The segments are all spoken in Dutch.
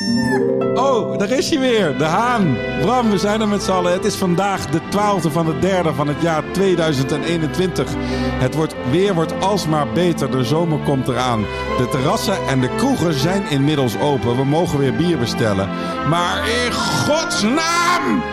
Oh, daar is hij weer. De haan. Bram, we zijn er met z'n allen. Het is vandaag de 12e van het derde van het jaar 2021. Het weer wordt alsmaar beter. De zomer komt eraan. De terrassen en de kroegen zijn inmiddels open. We mogen weer bier bestellen. Maar in godsnaam!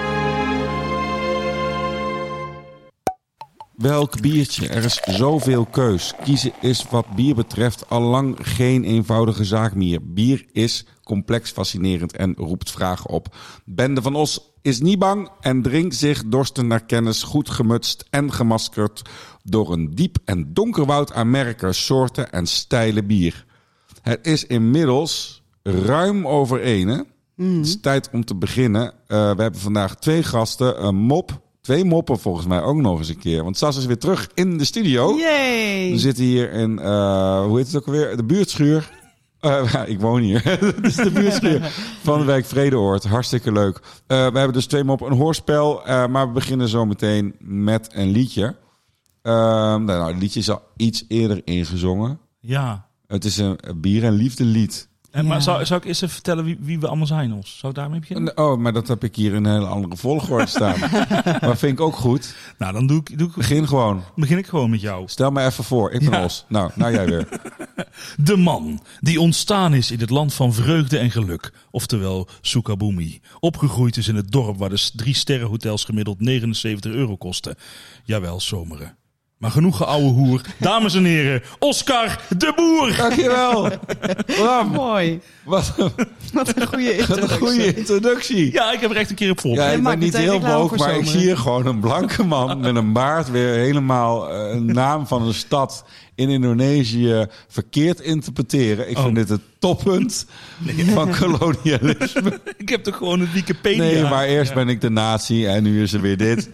Welk biertje? Er is zoveel keus. Kiezen is wat bier betreft allang geen eenvoudige zaak meer. Bier is complex, fascinerend en roept vragen op. Bende van Os is niet bang en drinkt zich dorsten naar kennis, goed gemutst en gemaskerd door een diep en donker woud aan merken, soorten en stijlen bier. Het is inmiddels ruim over 1. Het is tijd om te beginnen. We hebben vandaag 2 gasten, een mop. 2 moppen volgens mij ook nog eens een keer. Want Sas is weer terug in de studio. Yay! We zitten hier in, hoe heet het ook alweer? De buurtschuur. Ik woon hier. Het is de buurtschuur van de wijk Vredeoord. Hartstikke leuk. We hebben dus 2 moppen, een hoorspel. Maar we beginnen zo meteen met een liedje. Het liedje is al iets eerder ingezongen. Ja. Het is een bier- en liefdelied. Maar zou ik eerst even vertellen wie we allemaal zijn, Os? Zou ik daarmee beginnen? Oh, maar dat heb ik hier in een hele andere volgorde staan. Maar vind ik ook goed. Nou, dan doe ik begin ik gewoon met jou. Stel me even voor, ik ben Os. Nou jij weer. De man die ontstaan is in het land van vreugde en geluk. Oftewel Sukabumi. Opgegroeid is in het dorp waar de 3-sterrenhotels gemiddeld €79 kosten. Jawel, zomeren. Maar genoeg geouwe hoer. Dames en heren, Oscar de Boer. Dankjewel. Bram. Mooi. Wat een goede introductie. een goede introductie. Ja, ik heb er echt een keer op vol. Ja, ik ben niet heel boog, maar ik zomer. zie hier gewoon een blanke man met een baard weer helemaal een naam van een stad in Indonesië verkeerd interpreteren. Ik vind dit het toppunt van kolonialisme. Ik heb toch gewoon een Wikipedia. Nee, maar eerst ben ik de nazi en nu is er weer dit.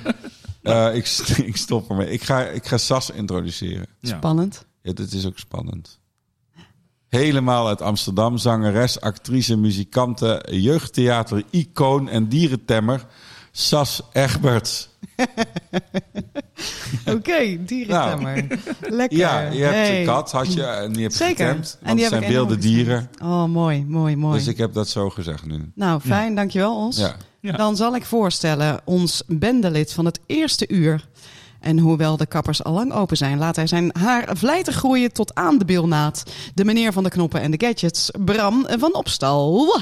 Ik stop ermee. Ik ga Sas introduceren. Ja. Spannend. Ja, dit is ook spannend. Helemaal uit Amsterdam. Zangeres, actrice, muzikante, jeugdtheater, icoon en dierentemmer. Sas Egberts. Oké, dierentemmer. Lekker. Ja, je hebt een kat, had je, en die heb je Zeker. getemd. En Want die het heb zijn ik wilde enorm dieren. Oh, mooi. Dus ik heb dat zo gezegd nu. Nou, fijn. Dankjewel, Os. Ja. Ja. Dan zal ik voorstellen ons bendelid van het eerste uur. En hoewel de kappers al lang open zijn, laat hij zijn haar vlijtig groeien tot aan de bilnaad. De meneer van de knoppen en de gadgets, Bram van Opstal.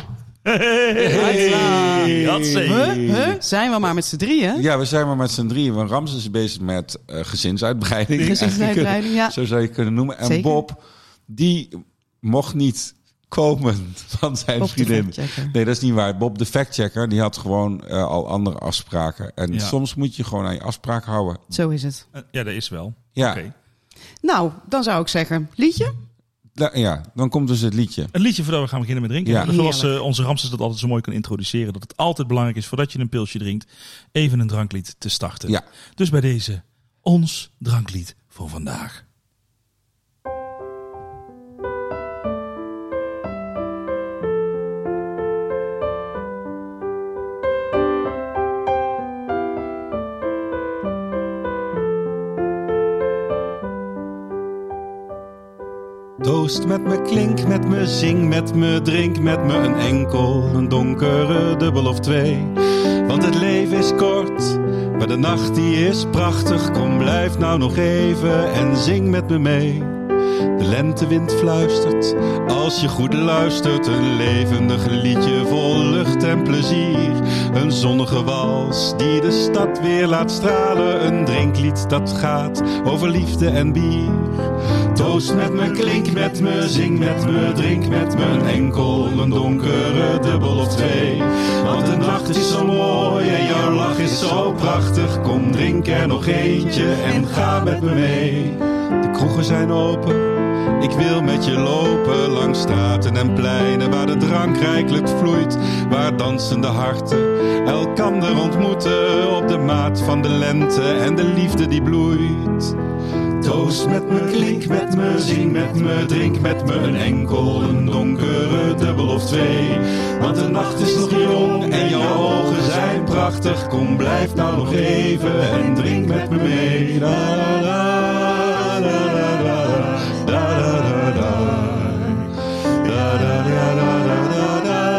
Hey. Zijn we maar met z'n drieën? Ja, we zijn maar met z'n drieën. Want Ramses is bezig met gezinsuitbreiding. Gezinsuitbreiding, ja. Zo zou je kunnen noemen. En Zeker. Bob, die mocht niet komen van zijn Bob de vriendin. factchecker. Nee, dat is niet waar. Bob de factchecker, die had gewoon al andere afspraken. En soms moet je gewoon aan je afspraak houden. Zo is het. Ja, dat is wel. Ja. Oké. Nou, dan zou ik zeggen, liedje? Ja, dan komt dus het liedje. Een liedje voordat we gaan beginnen met drinken. Ja. Zoals onze Ramses dat altijd zo mooi kan introduceren. Dat het altijd belangrijk is voordat je een pilsje drinkt. Even een dranklied te starten. Ja. Dus bij deze ons dranklied voor vandaag. Toost met me, klink met me, zing met me, drink met me een enkel, een donkere dubbel of 2. Want het leven is kort, maar de nacht die is prachtig. Kom, blijf nou nog even en zing met me mee. De lentewind fluistert, als je goed luistert. Een levendig liedje vol lucht en plezier. Een zonnige wals die de stad weer laat stralen. Een drinklied dat gaat over liefde en bier. Toost met me, klink met me, zing met me, drink met me. Een enkel, een donkere dubbel of 2. Want de nacht is zo mooi en jouw lach is zo prachtig. Kom, drink er nog eentje en ga met me mee. De kroegen zijn open. Ik wil met je lopen langs straten en pleinen waar de drank rijkelijk vloeit, waar dansende harten elkander ontmoeten op de maat van de lente en de liefde die bloeit. Toost met me, klink met me, zing met me, drink met me een enkel, een donkere dubbel of 2. Want de nacht is nog jong en jouw ogen zijn prachtig. Kom, blijf nou nog even en drink met me mee. Da, da, da, da, da, da, da, da, da. Da, da, da, da, da, da,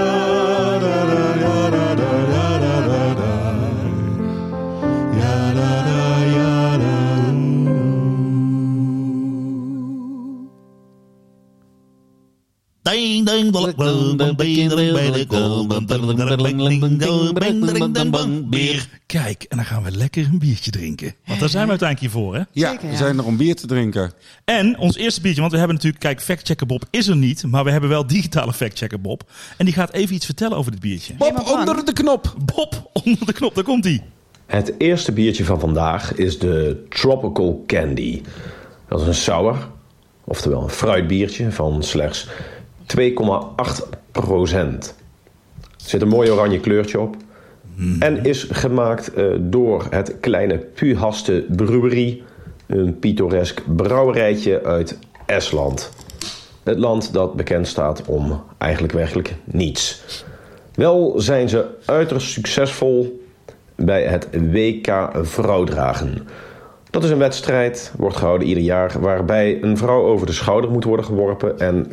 Kijk, en dan gaan we lekker een biertje drinken. Want daar zijn we uiteindelijk hier voor, hè? Ja, Zeker, ja. we zijn er om bier te drinken. En ons eerste biertje, want we hebben natuurlijk... Kijk, factchecker Bob is er niet, maar we hebben wel digitale factchecker Bob. En die gaat even iets vertellen over dit biertje. Bob, Helemaal onder de knop. Bob, onder de knop, daar komt hij. Het eerste biertje van vandaag is de Tropical Candy. Dat is een sour, oftewel een fruitbiertje van slechts 2,8%. Er zit een mooi oranje kleurtje op. En is gemaakt door het kleine Puhaste Brewerie. Een pittoresk brouwerijtje uit Estland. Het land dat bekend staat om eigenlijk werkelijk niets. Wel zijn ze uiterst succesvol bij het WK Vrouwdragen. Dat is een wedstrijd, wordt gehouden ieder jaar, waarbij een vrouw over de schouder moet worden geworpen en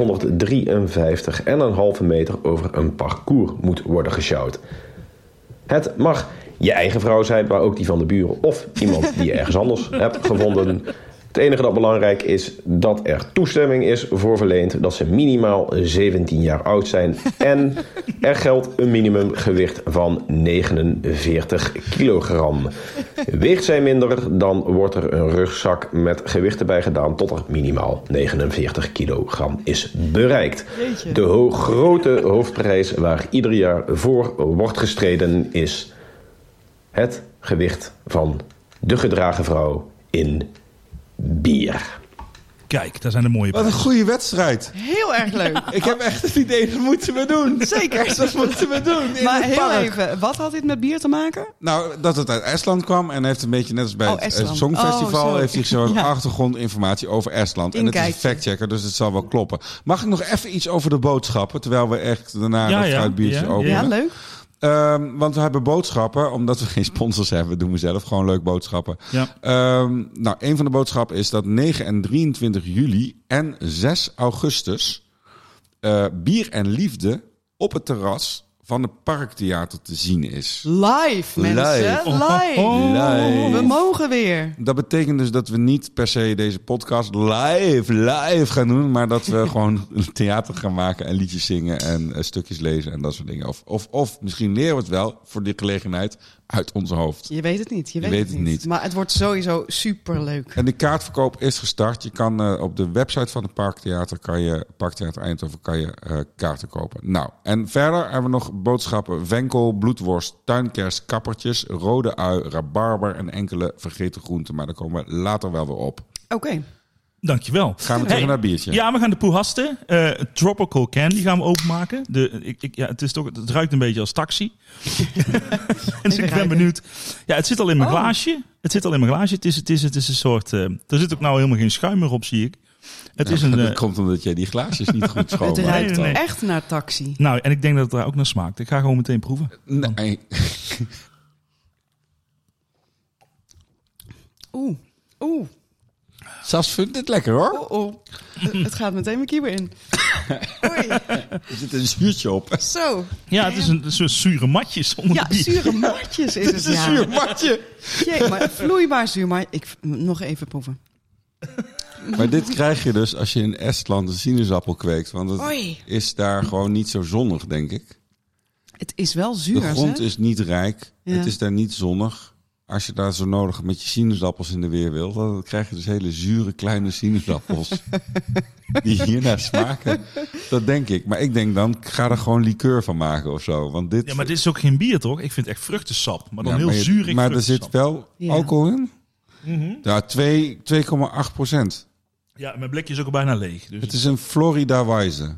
253,5 meter over een parcours moet worden gesjouwd. Het mag je eigen vrouw zijn, maar ook die van de buren of iemand die je ergens anders hebt gevonden. Het enige dat belangrijk is dat er toestemming is voor verleend, dat ze minimaal 17 jaar oud zijn en er geldt een minimumgewicht van 49 kilogram. Weegt zij minder, dan wordt er een rugzak met gewichten bij gedaan tot er minimaal 49 kilogram is bereikt. Jeetje. De grote hoofdprijs waar ieder jaar voor wordt gestreden is het gewicht van de gedragen vrouw in bier. Kijk, daar zijn de mooie Wat een goede wedstrijd. Heel erg leuk. Ik heb echt het idee, dat moeten we doen. Zeker. Dat moeten we doen in Maar het heel park. even, wat had dit met bier te maken? Nou, dat het uit Estland kwam en heeft een beetje net als bij het Estland. Songfestival Oh, zo. heeft hij zo'n Ja. achtergrondinformatie over Estland. En het is een Inkijkje. factchecker, dus het zal wel kloppen. Mag ik nog even iets over de boodschappen, terwijl we echt daarna Ja, dat ja. fruitbiertje Ja, openen? Ja, leuk. Want we hebben boodschappen, omdat we geen sponsors hebben, doen we zelf gewoon leuk boodschappen. Ja. Nou, een van de boodschappen is dat 9 en 23 juli en 6 augustus Bier en Liefde op het terras van het Parktheater te zien is. Live, mensen. Live. Live. We mogen weer. Dat betekent dus dat we niet per se deze podcast live gaan doen, maar dat we gewoon een theater gaan maken en liedjes zingen en stukjes lezen en dat soort dingen. Of misschien leren we het wel voor die gelegenheid uit ons hoofd. Je weet het niet. Je weet, weet het niet. Maar het wordt sowieso superleuk. En de kaartverkoop is gestart. Je kan op de website van het Parktheater, Parktheater Eindhoven, kan je kaarten kopen. Nou, en verder hebben we nog boodschappen: venkel, bloedworst, tuinkers, kappertjes, rode ui, rabarber en enkele vergeten groenten. Maar daar komen we later wel weer op. Oké. Dankjewel. Gaan we terug naar het biertje? Ja, we gaan de Puhaste Tropical Candy gaan we openmaken. Het ruikt een beetje als taxi. Dus ik ben ruiken. benieuwd. Ja, het zit al in mijn Oh. glaasje. Het is een soort... er zit ook nou helemaal geen schuim meer op, zie ik. Het is een... Dat komt omdat jij die glaasjes niet goed Het schoonmaakt. ruikt nee. echt naar taxi. Nou, en ik denk dat het daar ook naar smaakt. Ik ga gewoon meteen proeven. Nee. Oeh. Sas vindt het lekker hoor. Oh. Het gaat meteen mijn kieber in. Oei. Er zit een zuurtje op. Zo. Ja, het is een soort zure matjes onder Ja, de bier. zure matjes is Het het. is een Ja. zuurmatje. Jee, maar vloeibaar zuur. Maar nog even proeven. Maar dit krijg je dus als je in Estland een sinaasappel kweekt. Want het Oei. is daar gewoon niet zo zonnig, denk ik. Het is wel De zuur, grond hè? is niet rijk. Ja. Het is daar niet zonnig. Als je daar zo nodig met je sinaasappels in de weer wil, dan krijg je dus hele zure kleine sinaasappels. Die hiernaar smaken. Dat denk ik. Maar ik denk dan, ga er gewoon liqueur van maken of zo. Want dit, Ja, maar dit is ook geen bier, toch? Ik vind het echt vruchtensap. Maar dan Ja, heel maar je- zuurig Maar er vruchtensap. zit wel Ja. alcohol in. Ja, 2,8%. Ja, mijn blikje is ook al bijna leeg. Dus Het is een Florida Wijze.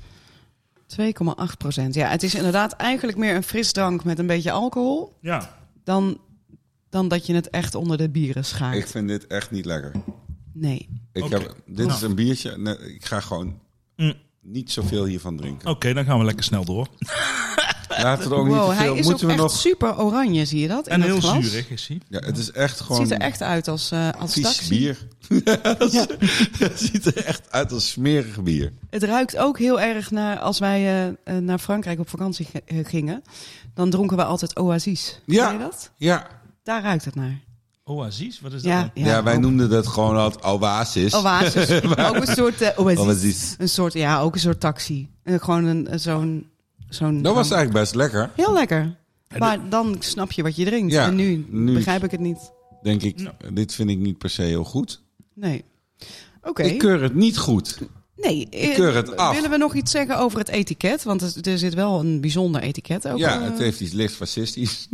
2,8%. Ja, het is inderdaad eigenlijk meer een frisdrank met een beetje alcohol. ja. Dan dat je het echt onder de bieren schaart. Ik vind dit echt niet lekker. Nee. Oké. Dit Nou. is een biertje. Nee, ik ga gewoon Mm. niet zoveel hiervan drinken. Oké, dan gaan we lekker snel door. Laten we er ook niet Wow, te hij veel. is ook Moeten we echt nog? super oranje, zie je dat? In En dat heel glas? zuurig is hij. Ja, het is echt Het gewoon ziet er echt uit als vies taxi. bier. Het ziet er echt uit als smerig bier. Het ruikt ook heel erg naar als wij naar Frankrijk op vakantie gingen. Dan dronken we altijd Oasis. Ja. Ken je dat? Ja, Daar ruikt het naar. Oasis? Wat is dat? Ja, Ja, wij noemden dat gewoon altijd Oasis. Oasis. Ook een soort oasis. Oasis. Ook een soort taxi. Gewoon zo'n... Dat was eigenlijk best lekker. Heel lekker. Maar dan snap je wat je drinkt. Ja, En nu nu- begrijp ik het niet. Denk ik, dit vind ik niet per se heel goed. Nee. Oké. Ik keur het niet goed. Nee. ik keur het af. Willen we nog iets zeggen over het etiket? Want er zit wel een bijzonder etiket. Ook, Ja, het heeft iets licht fascistisch.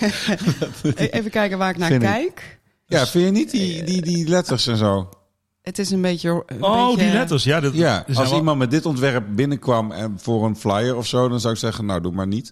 Even kijken waar ik naar Vind ik. kijk. Ja, vind je niet die letters en zo? Het is een beetje... Die letters. Ja, Ja, er zijn als wel- iemand met dit ontwerp binnenkwam en voor een flyer of zo, dan zou ik zeggen, nou, doe maar niet.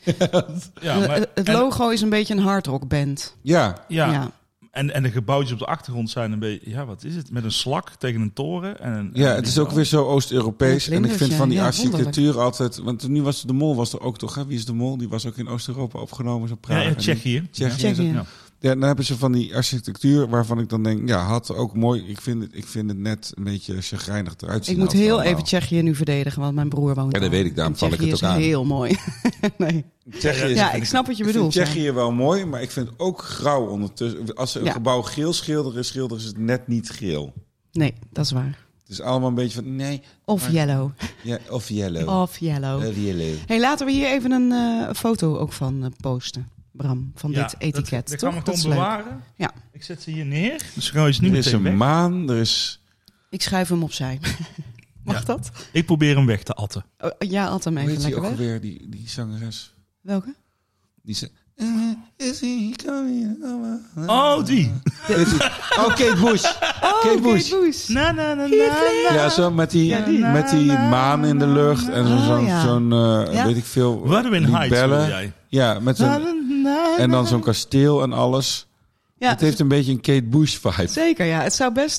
Ja, maar, Het logo is een beetje een hardrockband. Ja, Ja. En de gebouwtjes op de achtergrond zijn een beetje... Ja, wat is het? Met een slak tegen een toren. ja, het is ook weer zo Oost-Europees. Ja, En ik vlinders, vind van die ja, architectuur altijd... Want nu was de Mol was er ook toch, hè? Wie is de Mol? Die was ook in Oost-Europa opgenomen, zo Praag. Ja, En Tsjechië. Tsjechië. Ja. Ja, dan hebben ze van die architectuur waarvan ik dan denk... Ja, had ook mooi... Ik vind het net een beetje chagrijnig eruit zien. Ik moet altijd heel allemaal. even Tsjechië nu verdedigen, want mijn broer woont Ja, dat daar. weet ik, daarom En val ik Tsjechië het ook is aan. heel mooi. Nee. Tsjechië is- Ja, ik snap wat je Ik bedoelt. vind Tsjechië wel mooi, maar ik vind het ook grauw ondertussen. Als ze een Ja. gebouw geel schilderen ze het net niet geel. Nee, dat is waar. Het is allemaal een beetje van, nee. Of maar- yellow. Ja, of yellow. Of yellow. Yellow. Hey, laten we hier even een foto ook van posten, Bram, van dit etiket. Dat toch? gaan we Dat is gewoon leuk. bewaren. Ja. Ik zet ze hier neer. Dus gaan we ze nu Er is meteen weg. een maan, er is... Ik schuif hem opzij. Mag Ja. dat? Ik probeer hem weg te atten. Oh, ja, altijd hem Hoe even heet die lekker ook weg. alweer, die zangeres? Welke? Die ze... Is he coming? Oh, die. Oh, Kate Bush. Kate Bush. Kate Bush. Na, na, na, na, na. Ja, zo met die, Ja, die. met die maan in de lucht en ja. zo'n Ja. weet ik veel, Wuthering Heights libellen. wil jij. Ja, met zo'n, en dan zo'n kasteel en alles. Ja, Het heeft een beetje een Kate Bush vibe. zeker, ja. Het zou best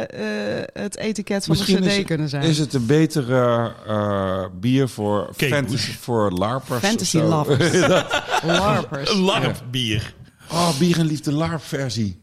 het etiket van Misschien de CD kunnen zijn. is het een betere bier voor Kate fantasy, Bush. voor larpers. Fantasy of zo. lovers. Larpers. Een larpbier. Oh, bier en liefde larp versie.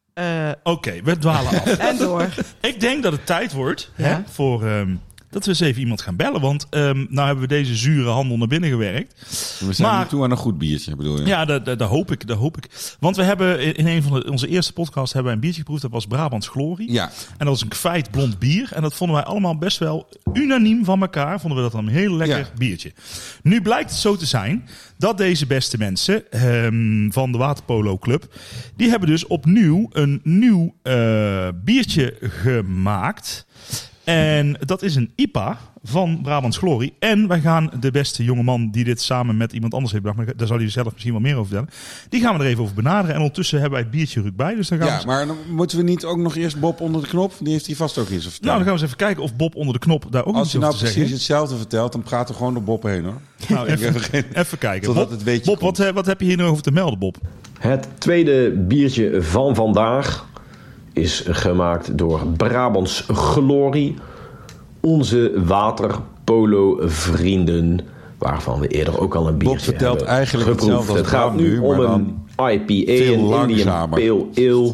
Oké, we dwalen af. En door. Ik denk dat het tijd wordt Ja. voor dat we eens even iemand gaan bellen. Want nou hebben we deze zure handel naar binnen gewerkt. We zijn Maar- nu toe aan een goed biertje, bedoel je? Ja, dat hoop ik. Dat hoop ik. Want we hebben in een van onze eerste podcasts hebben wij een biertje geproefd. Dat was Brabants Glorie. Ja. En dat was een kwijt blond bier. En dat vonden wij allemaal best wel unaniem van elkaar. Vonden we dat dan een heel lekker Ja. biertje. Nu blijkt het zo te zijn dat deze beste mensen van de Waterpolo Club... die hebben dus opnieuw een nieuw biertje gemaakt. En dat is een IPA van Brabants Glorie. En wij gaan de beste jongeman die dit samen met iemand anders heeft bedacht... maar daar zal hij zelf misschien wel meer over vertellen... die gaan we er even over benaderen. En ondertussen hebben wij het biertje er ook bij. Dus dan gaan we Ja, maar dan moeten we niet ook nog eerst Bob onder de knop? Die heeft hij vast ook iets te vertellen. Nou, dan gaan we eens even kijken of Bob onder de knop daar ook Als iets je nou over te precies zeggen hetzelfde vertelt, dan praten we gewoon door Bob heen, hoor. heeft. Nou, even kijken. Totdat Bob, het weetje Bob komt. wat heb je hier nog over te melden, Bob? Het tweede biertje van vandaag is gemaakt door Brabants Glorie. Onze waterpolo-vrienden, waarvan we eerder ook al een biertje vertelt hebben eigenlijk geproefd. hetzelfde als Het gaat Bram nu nu, om maar een IPA, veel een Indian langzamer. Pale Ale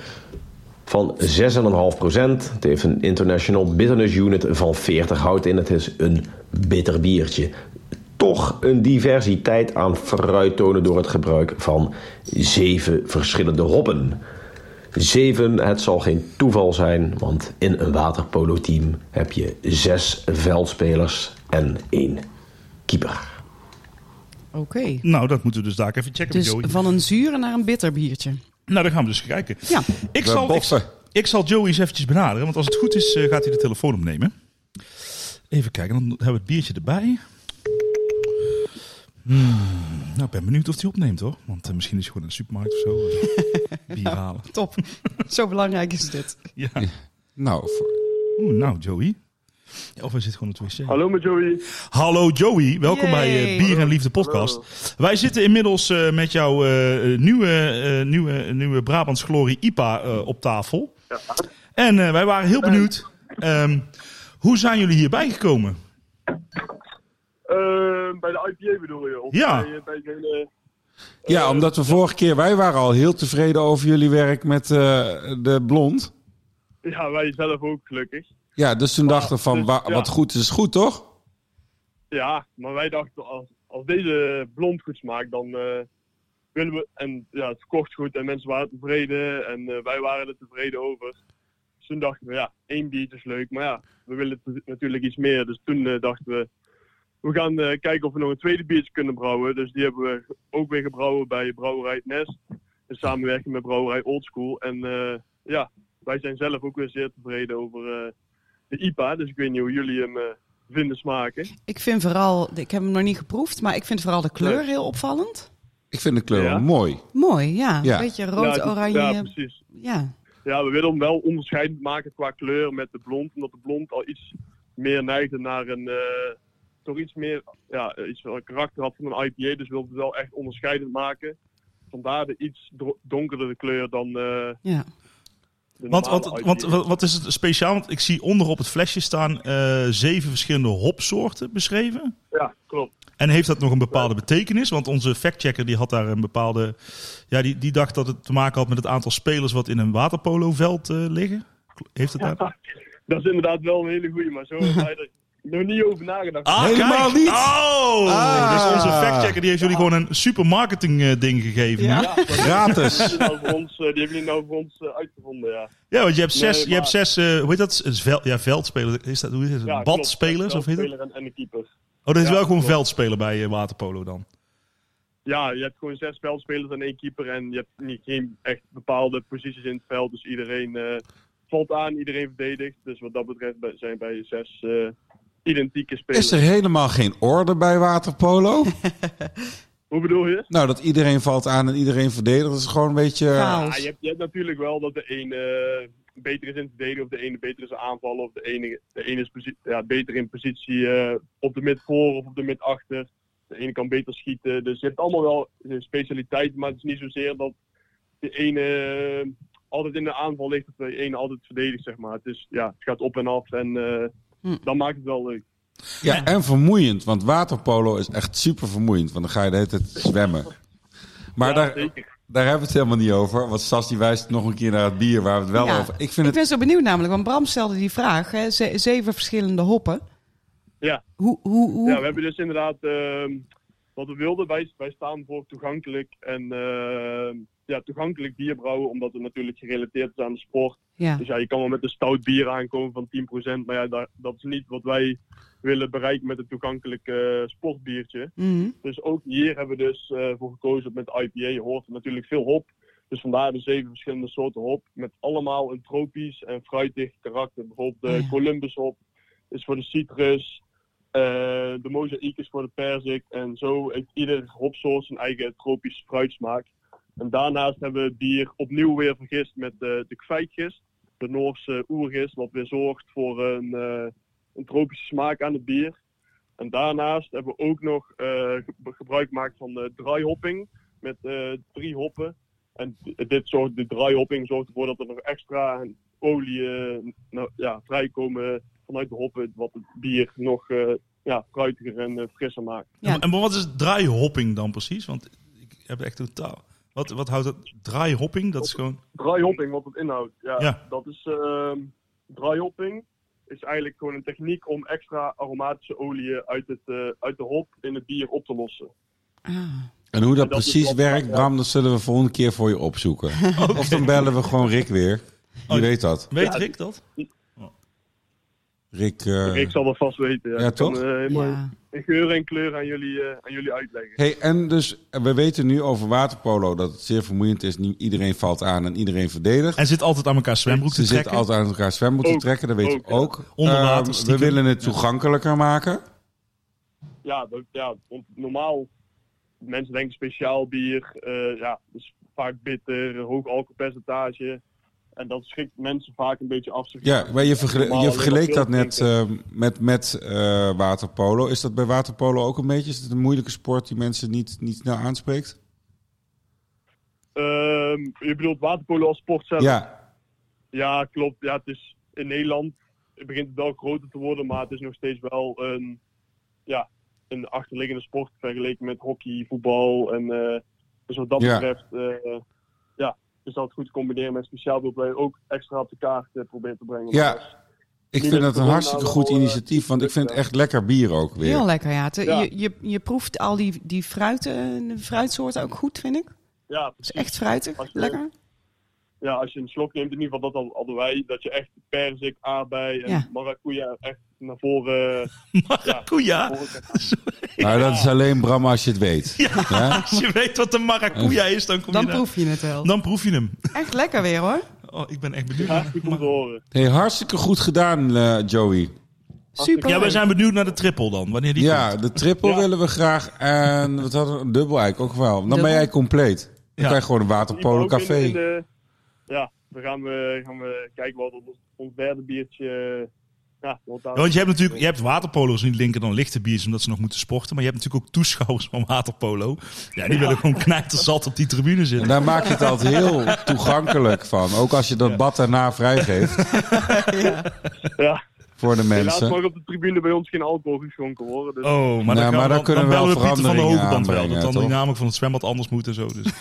van 6,5%. Het heeft een International Bitterness Unit van 40 hout in. Het is een bitter biertje. Toch een diversiteit aan fruittonen door het gebruik van 7 verschillende hoppen. 7, het zal geen toeval zijn, want in een waterpolo-team heb je 6 veldspelers en 1 keeper. Oké. Nou, dat moeten we dus daar even checken Dus met Joey. van een zure naar een bitter biertje. Nou, dan gaan we dus kijken. Ja. Ik zal Joey eens eventjes benaderen. Want als het goed is, gaat hij de telefoon opnemen. Even kijken, dan hebben we het biertje erbij. Nou, ik ben benieuwd of hij opneemt, hoor. Want misschien is hij gewoon in de supermarkt of zo. Bier halen. Top. Zo belangrijk is dit. Ja. Nou, Nou, Joey. Ja, of hij zit gewoon op het wc. Hallo met Joey. Hallo Joey, welkom Yay. bij Bier en Liefde podcast. Wij zitten inmiddels met jouw nieuwe Brabants Glorie IPA op tafel. Ja. En wij waren heel benieuwd, hoe zijn jullie hierbij gekomen? Bij de IPA bedoel je? Of Ja. bij het hele... ja, omdat we vorige keer, wij waren al heel tevreden over jullie werk met de blond. Ja, wij zelf ook gelukkig. Ja, dus toen dachten we van, dus, ja. wat goed is goed, toch? Ja, maar wij dachten als deze blond goed smaakt, willen we... En ja, het verkocht goed en mensen waren tevreden. En wij waren er tevreden over. Dus toen dachten we, ja, 1 biertje is leuk. Maar ja, we willen natuurlijk iets meer. Dus toen dachten we gaan kijken of we nog een tweede biertje kunnen brouwen. Dus die hebben we ook weer gebrouwen bij Brouwerij Het Nest. In samenwerking met Brouwerij Oldschool. En ja, wij zijn zelf ook weer zeer tevreden over de IPA. Dus ik weet niet hoe jullie hem vinden smaken. Ik vind vooral, ik heb hem nog niet geproefd, maar ik vind vooral de kleur heel opvallend. Ik vind de kleur wel mooi. Mooi, ja. Ja. Een beetje rood-oranje. Ja, precies. Ja. Ja, we willen hem wel onderscheidend maken qua kleur met de blond. Omdat de blond al iets meer neigde naar een... toch iets meer iets wel karakter had van een IPA. Dus we wilden het wel echt onderscheidend maken. Vandaar de iets donkerdere kleur dan... Ja. Want wat is het speciaal? Want ik zie onder op het flesje staan 7 verschillende hopsoorten beschreven. Ja, klopt. En heeft dat nog een bepaalde betekenis? Want onze factchecker die had daar een bepaalde... Ja, die dacht dat het te maken had met het aantal spelers wat in een waterpoloveld liggen. Heeft het daar? Dat is inderdaad wel een hele goeie, maar zo hebben wij er nog niet over nagedacht. Helemaal niet? Dus onze factchecker die heeft jullie gewoon een super marketing ding gegeven. Ja. Ja. Gratis. Die hebben jullie nou voor ons uitgevonden, ja. Ja, want je hebt zes, Nee, maar- hoe heet dat? Veldspelers. Is dat, hoe is het? Ja, Badspelers klopt. of heet het? Veldspeler en een keeper. Oh, dat is Ja, wel gewoon klopt. veldspeler bij waterpolo dan. Ja, je hebt gewoon 6 veldspelers en 1 keeper. En je hebt geen echt bepaalde posities in het veld. Dus iedereen valt aan, iedereen verdedigt. Dus wat dat betreft zijn bij 6 identieke spelers. Is er helemaal geen orde bij waterpolo? Hoe bedoel je? Nou, dat iedereen valt aan en iedereen verdedigt. Dat is gewoon een beetje... Chaos. Ja, je hebt natuurlijk wel dat de ene beter is in het verdedigen of de ene beter is in aanvallen. Of de ene is beter in positie op de mid voor of op de mid achter. De ene kan beter schieten. Dus je hebt allemaal wel specialiteiten, maar het is niet zozeer dat de ene altijd in de aanval ligt of de ene altijd verdedigt, zeg maar. Het gaat op en af en dan maakt het wel leuk. Ja, en vermoeiend. Want waterpolo is echt super vermoeiend. Want dan ga je de hele tijd zwemmen. Maar Ja, zeker. daar hebben we het helemaal niet over. Want Sas die wijst nog een keer naar het bier waar we het wel Ja. over... Ik ben zo benieuwd namelijk, want Bram stelde die vraag. Hè, 7 verschillende hoppen. Ja. Hoe? Ja, we hebben dus inderdaad wat we wilden. Wij staan voor toegankelijk en toegankelijk bier brouwen, omdat het natuurlijk gerelateerd is aan de sport. Ja. Dus ja, je kan wel met een stout bier aankomen van 10%, maar ja, dat is niet wat wij willen bereiken met een toegankelijk sportbiertje. Mhm. Dus ook hier hebben we dus voor gekozen met IPA. Je hoort er natuurlijk veel hop. Dus vandaar de 7 verschillende soorten hop. Met allemaal een tropisch en fruitig karakter. Bijvoorbeeld de Columbus hop is voor de citrus. De mozaïek is voor de perzik. En zo heeft ieder hopsoort zijn eigen tropische fruitsmaak. En daarnaast hebben we het bier opnieuw weer vergist met de kveikgist. De Noorse oergist, wat weer zorgt voor een tropische smaak aan het bier. En daarnaast hebben we ook nog gebruik gemaakt van de dry hopping met 3 hoppen. En de dry hopping zorgt ervoor dat er nog extra olie vrijkomen vanuit de hoppen, wat het bier nog fruitiger en frisser maakt. Ja. En wat is dry hopping dan precies? Want ik heb echt totaal... Wat houdt het? Dry hopping? Dat is gewoon... Dry hopping, wat het inhoudt. Ja. Dat is dry hopping is eigenlijk gewoon een techniek om extra aromatische oliën uit de hop in het bier op te lossen. En hoe dat En dat is precies wat- werkt, ja. Bram, dat zullen we volgende keer voor je opzoeken. Of dan bellen we gewoon Rick weer. Die weet dat. Weet Rick dat? Rick... Ik zal dat vast weten. Ja, Ik kan, toch? helemaal Ja. in geur en kleur aan jullie uitleggen. Hey, en dus we weten nu over waterpolo dat het zeer vermoeiend is. Niet iedereen valt aan en iedereen verdedigt. En zit altijd aan elkaar zwembroek Ze te zitten trekken. altijd aan elkaar zwembroek te Ook, trekken, dat weet ik ook, ja. ook. Onder water, We stiekem. willen het toegankelijker maken. Want normaal, mensen denken speciaal bier, dus vaak bitter, hoog alcoholpercentage. En dat schrikt mensen vaak een beetje af. Ja, maar je vergeleek dat net drinken. met waterpolo. Is dat bij waterpolo ook een beetje? Is het een moeilijke sport die mensen niet snel aanspreekt? Je bedoelt waterpolo als sport zelf? Ja, Ja, klopt. Ja, het is in Nederland begint het wel groter te worden, maar het is nog steeds wel een achterliggende sport vergeleken met hockey, voetbal. En dus wat dat Ja. betreft is dat goed te combineren met speciaal wild, waar je ook extra op de kaart probeert te brengen. Ja. Maar ik vind dat een hartstikke goed initiatief, want ik vind het echt lekker bier ook Heel weer. lekker, ja. Ja. Je proeft al die fruitsoorten ook goed, vind ik. Ja, Het is precies. echt fruitig, Als je- lekker. Ja, als je een slok neemt, in ieder geval dat hadden wij, dat je echt perzik, aardbei en Ja. maracuja echt naar voren... Maracuja. Maar dat is alleen Bram als je het weet. Ja? Als je weet wat de maracuja is, dan kom Dan je daar. proef je het wel. Dan proef je hem. Echt lekker weer hoor. Oh, ik ben echt benieuwd. Ja, goed om te horen. Hey, hartstikke goed gedaan, Joey. Super. Ja, wij zijn benieuwd naar de triple dan. Wanneer die Ja, komt. de triple Ja. willen we graag. En wat hadden we? Een dubbel eigenlijk ook wel. Dan Dubbel? ben jij compleet. Dan Ja. kan je gewoon een waterpolo Ook in café. ja, dan gaan we kijken wat ons derde biertje... Ja, wat daar... Ja, want je hebt waterpolo's niet linker dan lichte biertjes omdat ze nog moeten sporten. Maar je hebt natuurlijk ook toeschouwers van waterpolo. Ja, die willen gewoon knijterzat op die tribune En zitten. daar maak je het altijd heel toegankelijk van. Ook als je dat bad daarna vrijgeeft Ja, voor de helaas mensen. mag op de tribune bij ons geen alcohol geschonken worden. Dus... Oh, maar Nou, dan, maar daar kunnen we bellen wel we Pieter van de veranderingen Hogeband wel. aanbrengen, Dat dan die toch? namelijk van het zwembad anders moet en zo. Dus.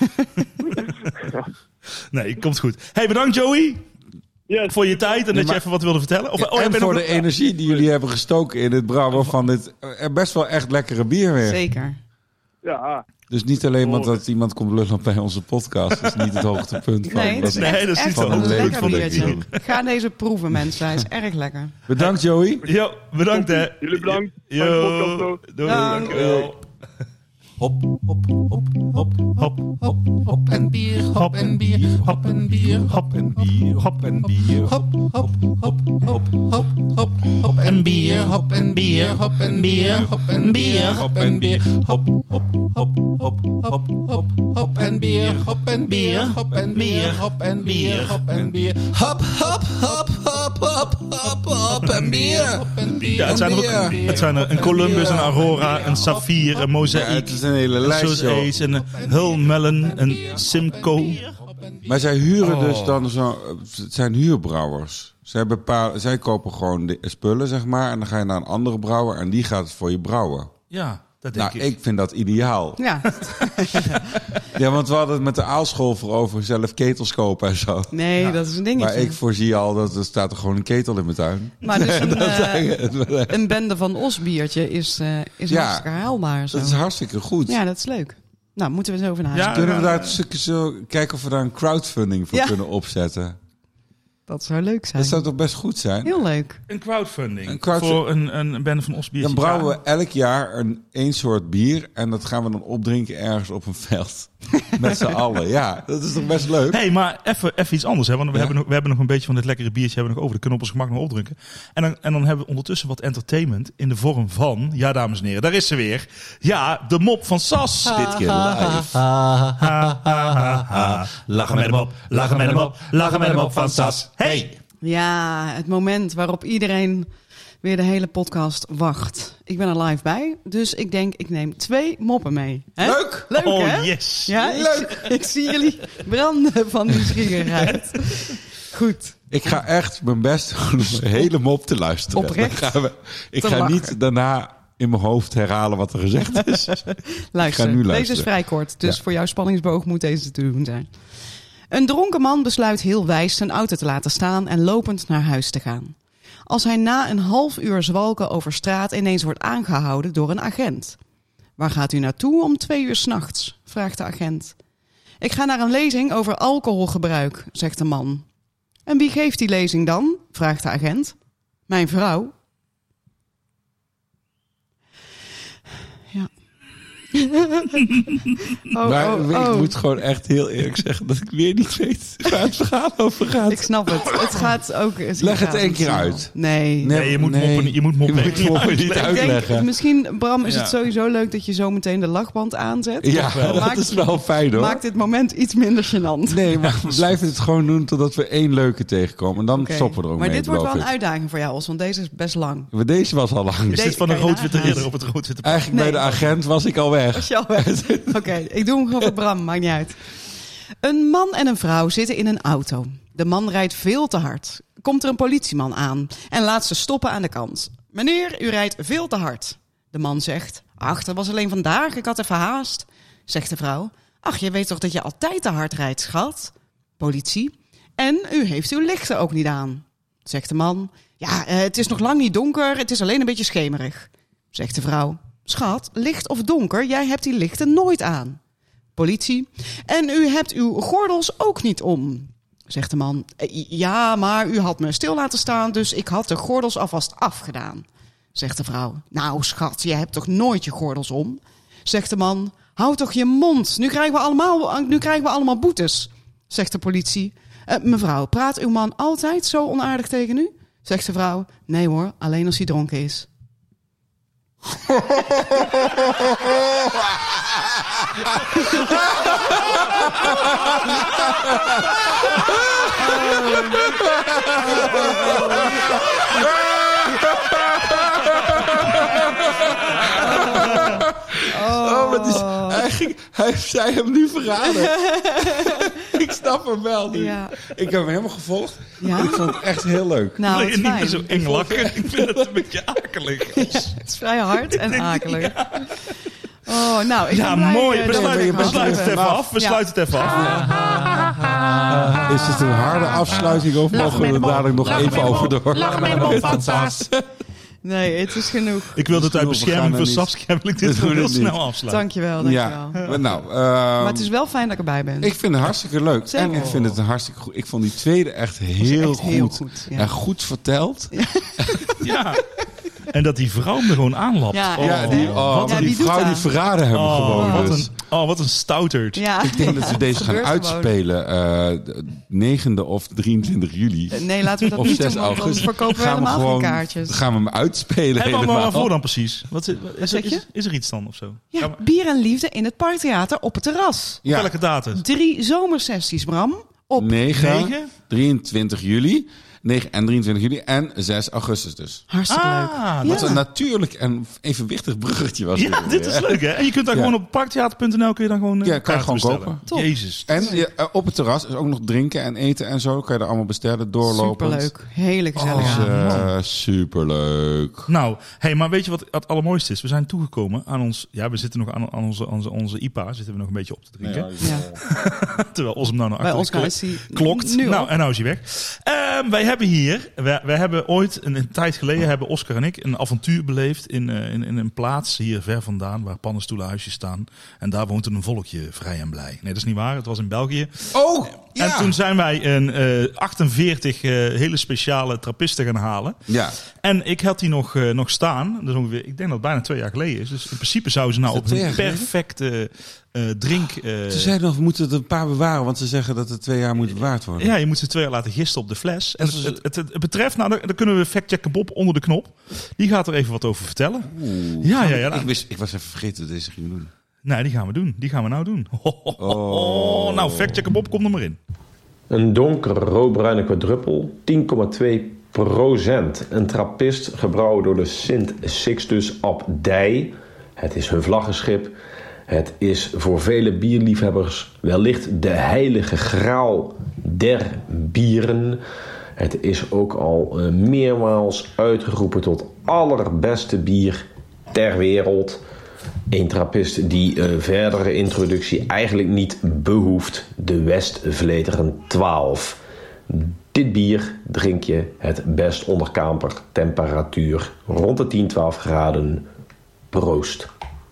Nee, komt goed. Hey, bedankt Joey Yes. voor je tijd en dat je maar- even wat wilde vertellen. Of, Ja, jij en bent voor nog- de energie die jullie hebben gestoken in het brouwen van dit best wel echt lekkere bier weer. Zeker. Ja, Dus niet alleen want dat iemand komt lullen bij onze podcast. Dat is niet het hoogtepunt van. Nee, het is dat- Nee, echt, dat is niet echt van een het lekker leven van dit biertje. bier. Ga deze proeven mensen, hij is erg lekker. Bedankt Joey. Jo, bedankt hè. jullie bedankt. Fijne podcast Yo, nog. doei, Dank. dankjewel. Hop, hop, hop, hop, hop, hop, hop en bier, hop en bier, hop en bier, hop en bier, hop en bier, hop, hop, hop, hop, hop, hop, hop en bier, hop en bier, hop en bier, hop en bier, hop en bier, hop, hop, hop, hop, hop, hop, hop en bier, hop en bier, hop en bier, hop en bier, hop en bier, hop, hop, hop, hop, hop, hop, hop en bier, hop en bier. Ja, het zijn er een Columbus, een Aurora, een Safir, een Ja, Mozaïek, het is een hele een lijst, Soos joh. Ace, een Hulmellen, een Simcoe. Maar zij huren Oh. dus dan zo. Het zijn huurbrouwers. Zij kopen gewoon de spullen, zeg maar. En dan ga je naar een andere brouwer en die gaat het voor je brouwen. Ja, dat denk Nou, ik. ik vind dat ideaal. Ja, Ja, want we hadden het met de aalschool voor over zelf ketels kopen en zo. nee, dat is een dingetje. Maar ik voorzie al dat er staat er gewoon een ketel in mijn tuin. Maar dus Dat een bende van Os biertje is Ja. hartstikke haalbaar. Zo. is hartstikke goed. Ja, dat is leuk. Nou, moeten we eens over naar huis. Ja, Kunnen we ja, daar een stukje zo kijken of we daar een crowdfunding voor Ja. kunnen opzetten? Dat zou leuk zijn. Dat zou toch best goed zijn? Heel leuk. Een crowdfunding Een crowdfunding. voor een bende van Osbier. Dan brouwen we elk jaar één soort bier en dat gaan we dan opdrinken ergens op een veld. Met z'n allen. Ja, dat is toch best leuk? Hey, maar even iets anders, hè? Want we, Ja. we hebben nog een beetje van dit lekkere biertje hebben we nog over. Dat kunnen we op ons gemak nog opdrinken. En dan hebben we ondertussen wat entertainment in de vorm van, ja dames en heren, daar is ze weer. Ja, de mop van Sas. Dit keer live. Lachen met hem op, lachen met hem op, lachen met hem op van Sas. Hey! Ja, het moment waarop iedereen weer de hele podcast wacht. Ik ben er live bij, dus ik denk ik neem 2 moppen mee. Hè? Leuk! Leuk, Oh hè? yes! Ja, ik zie jullie branden van nieuwsgierigheid. Goed. Ik ga echt mijn best doen om een hele mop te luisteren. Oprecht Dan gaan ik te ga lachen. niet daarna in mijn hoofd herhalen wat er gezegd is. Luister, nu deze luisteren. is vrij kort, dus Ja. voor jouw spanningsboog moet deze te doen zijn. Een dronken man besluit heel wijs zijn auto te laten staan en lopend naar huis te gaan. Als hij na een half uur zwalken over straat ineens wordt aangehouden door een agent. Waar gaat u naartoe om 2 uur 's nachts? Vraagt de agent. Ik ga naar een lezing over alcoholgebruik, zegt de man. En wie geeft die lezing dan? Vraagt de agent. Mijn vrouw. Ja. Maar ik moet gewoon echt heel eerlijk zeggen dat ik weer niet weet waar het verhaal over gaat. Ik snap het. Het gaat ook... Leg het één keer uit. Nee. Nee, je moet moppen niet Je moet moppen niet Ik uitleggen. denk, misschien, Bram, is Ja. het sowieso leuk dat je zo meteen de lachband aanzet. Ja, dat Maakt- is wel fijn hoor. Maakt dit moment iets minder gênant. Nee, maar we blijven het gewoon doen totdat we 1 leuke tegenkomen. En dan Oké. stoppen we er ook Maar mee, dit wordt wel beloof een ik. uitdaging voor jou, Os, want deze is best lang. Maar deze was al lang. Is dit van kan een je rood-witte nagaan. ridder op het rood-witte paard? Eigenlijk bij de Nee. agent was ik al weg. Was je al weg? Oké, ik doe hem gewoon voor Bram, maakt niet uit. Een man en een vrouw zitten in een auto. De man rijdt veel te hard. Komt er een politieman aan en laat ze stoppen aan de kant. Meneer, u rijdt veel te hard. De man zegt, ach, dat was alleen vandaag, ik had even haast. Zegt de vrouw, ach, je weet toch dat je altijd te hard rijdt, schat? Politie, en u heeft uw lichten ook niet aan. Zegt de man, ja, het is nog lang niet donker, het is alleen een beetje schemerig. Zegt de vrouw, schat, licht of donker, jij hebt die lichten nooit aan. Politie. En u hebt uw gordels ook niet om, zegt de man. Ja, maar u had me stil laten staan, dus ik had de gordels alvast afgedaan, zegt de vrouw. Nou schat, je hebt toch nooit je gordels om, zegt de man. Hou toch je mond, nu krijgen we allemaal boetes, zegt de politie. Mevrouw, praat uw man altijd zo onaardig tegen u? Zegt de vrouw. Nee hoor, alleen als hij dronken is. Wat is, hij zei hem nu verraden. Ik snap hem wel nu. Ja. Ik heb hem helemaal gevolgd. Ja? Ik vond het echt heel leuk. Nou, Wil het je is niet meer fijn. zo eng lachen? Ik vind het een beetje akelig. Het is vrij hard en akelig. Oh, nou, ik Ja, ben blij, mooi. We dat sluiten het even af. We sluiten het even af. Is het een harde afsluiting of mogen we er dadelijk nog even over door? Lach met mond van Sas. Nee, het is genoeg. Ik wil het uit We bescherming gaan voor er niet- Saskia wil ik dit We gewoon doen heel het niet. snel afsluiten. Dankjewel. Ja, nou, Maar het is wel fijn dat ik erbij ben. ik vind het hartstikke leuk. Zeker. En ik vind het een hartstikke goed. Ik vond die tweede echt heel echt heel goed. goed, ja. En goed verteld. Ja. En dat die vrouw me gewoon aanlapt. Ja, Oh, Ja, die, Ja, die wie doet vrouw die dat? verraden hebben gewoon. wat Dus. wat een stouterd. Ja. Ik denk dat we deze gaan Gebeurt gewoon. uitspelen 9e of 23 juli. Nee, laten we dat Of niet 6 doen, want dan augustus. verkopen we helemaal geen kaartjes. Gaan we hem uitspelen Hebben we allemaal helemaal. waarvoor dan precies? zeg je? Is er iets dan of zo? Ja, Gaan we- bier en liefde in het Parktheater op het terras. Ja, Welke datum? 3 zomersessies, Bram. Op 9? 23 juli 9 en 23 juli en 6 augustus dus. hartstikke leuk. Ah, Wat Ja. een natuurlijk en evenwichtig bruggetje was ja, dit is leuk hè. En je kunt daar Ja. gewoon op parktheater.nl kun je dan gewoon Ja, kan je kaarten gewoon bestellen. kopen. Top. Jezus. En op het terras is ook nog drinken en eten en zo. Kan je er allemaal bestellen, doorlopen. Superleuk. Hele gezellig. Superleuk. Nou, hey, maar weet je wat het allermooiste is? We zijn toegekomen aan ons... Ja, we zitten nog aan onze IPA. Zitten we nog een beetje op te drinken. Ja. Terwijl Osm nou naar Bij achter ons nou de is die klokt. nu Nou, op. en nou is hij weg. Wij hebben hier... Wij hebben ooit, een tijd geleden, hebben Oscar en ik een avontuur beleefd in een plaats hier ver vandaan, waar pannenstoelenhuisjes staan. En daar woont een volkje vrij en blij. Nee, dat is niet waar. Het was in België. Oh, ja. En toen zijn wij een 48 hele speciale trappisten gaan halen. Ja. En ik had die nog staan. Dus ongeveer, ik denk dat het bijna 2 jaar geleden is. Dus in principe zouden ze nou Is op dat 2 een jaar geleden? perfecte drink... Ze zeiden nog, we moeten er een paar bewaren, want ze zeggen dat het 2 jaar moet bewaard worden. Ja, je moet ze 2 jaar laten gisten op de fles. En Dat is- het betreft, nou, dan kunnen we factchecken Bob onder de knop. Die gaat er even wat over vertellen. Ja. Ik was even vergeten dat deze ging doen. Nee, die gaan we doen. Die gaan we nou doen. Nou, factchecken Bob, kom er maar in. Een donkere roodbruine quadruppel, 10,2%. Een trappist gebrouwen door de Sint Sixtus Abdij. Het is hun vlaggenschip. Het is voor vele bierliefhebbers wellicht de heilige graal der bieren. Het is ook al meermaals uitgeroepen tot allerbeste bier ter wereld. Een trappist die verdere introductie eigenlijk niet behoeft. De Westvleteren 12. Dit bier drink je het best onder kampertemperatuur. Rond de 10-12 graden. Proost.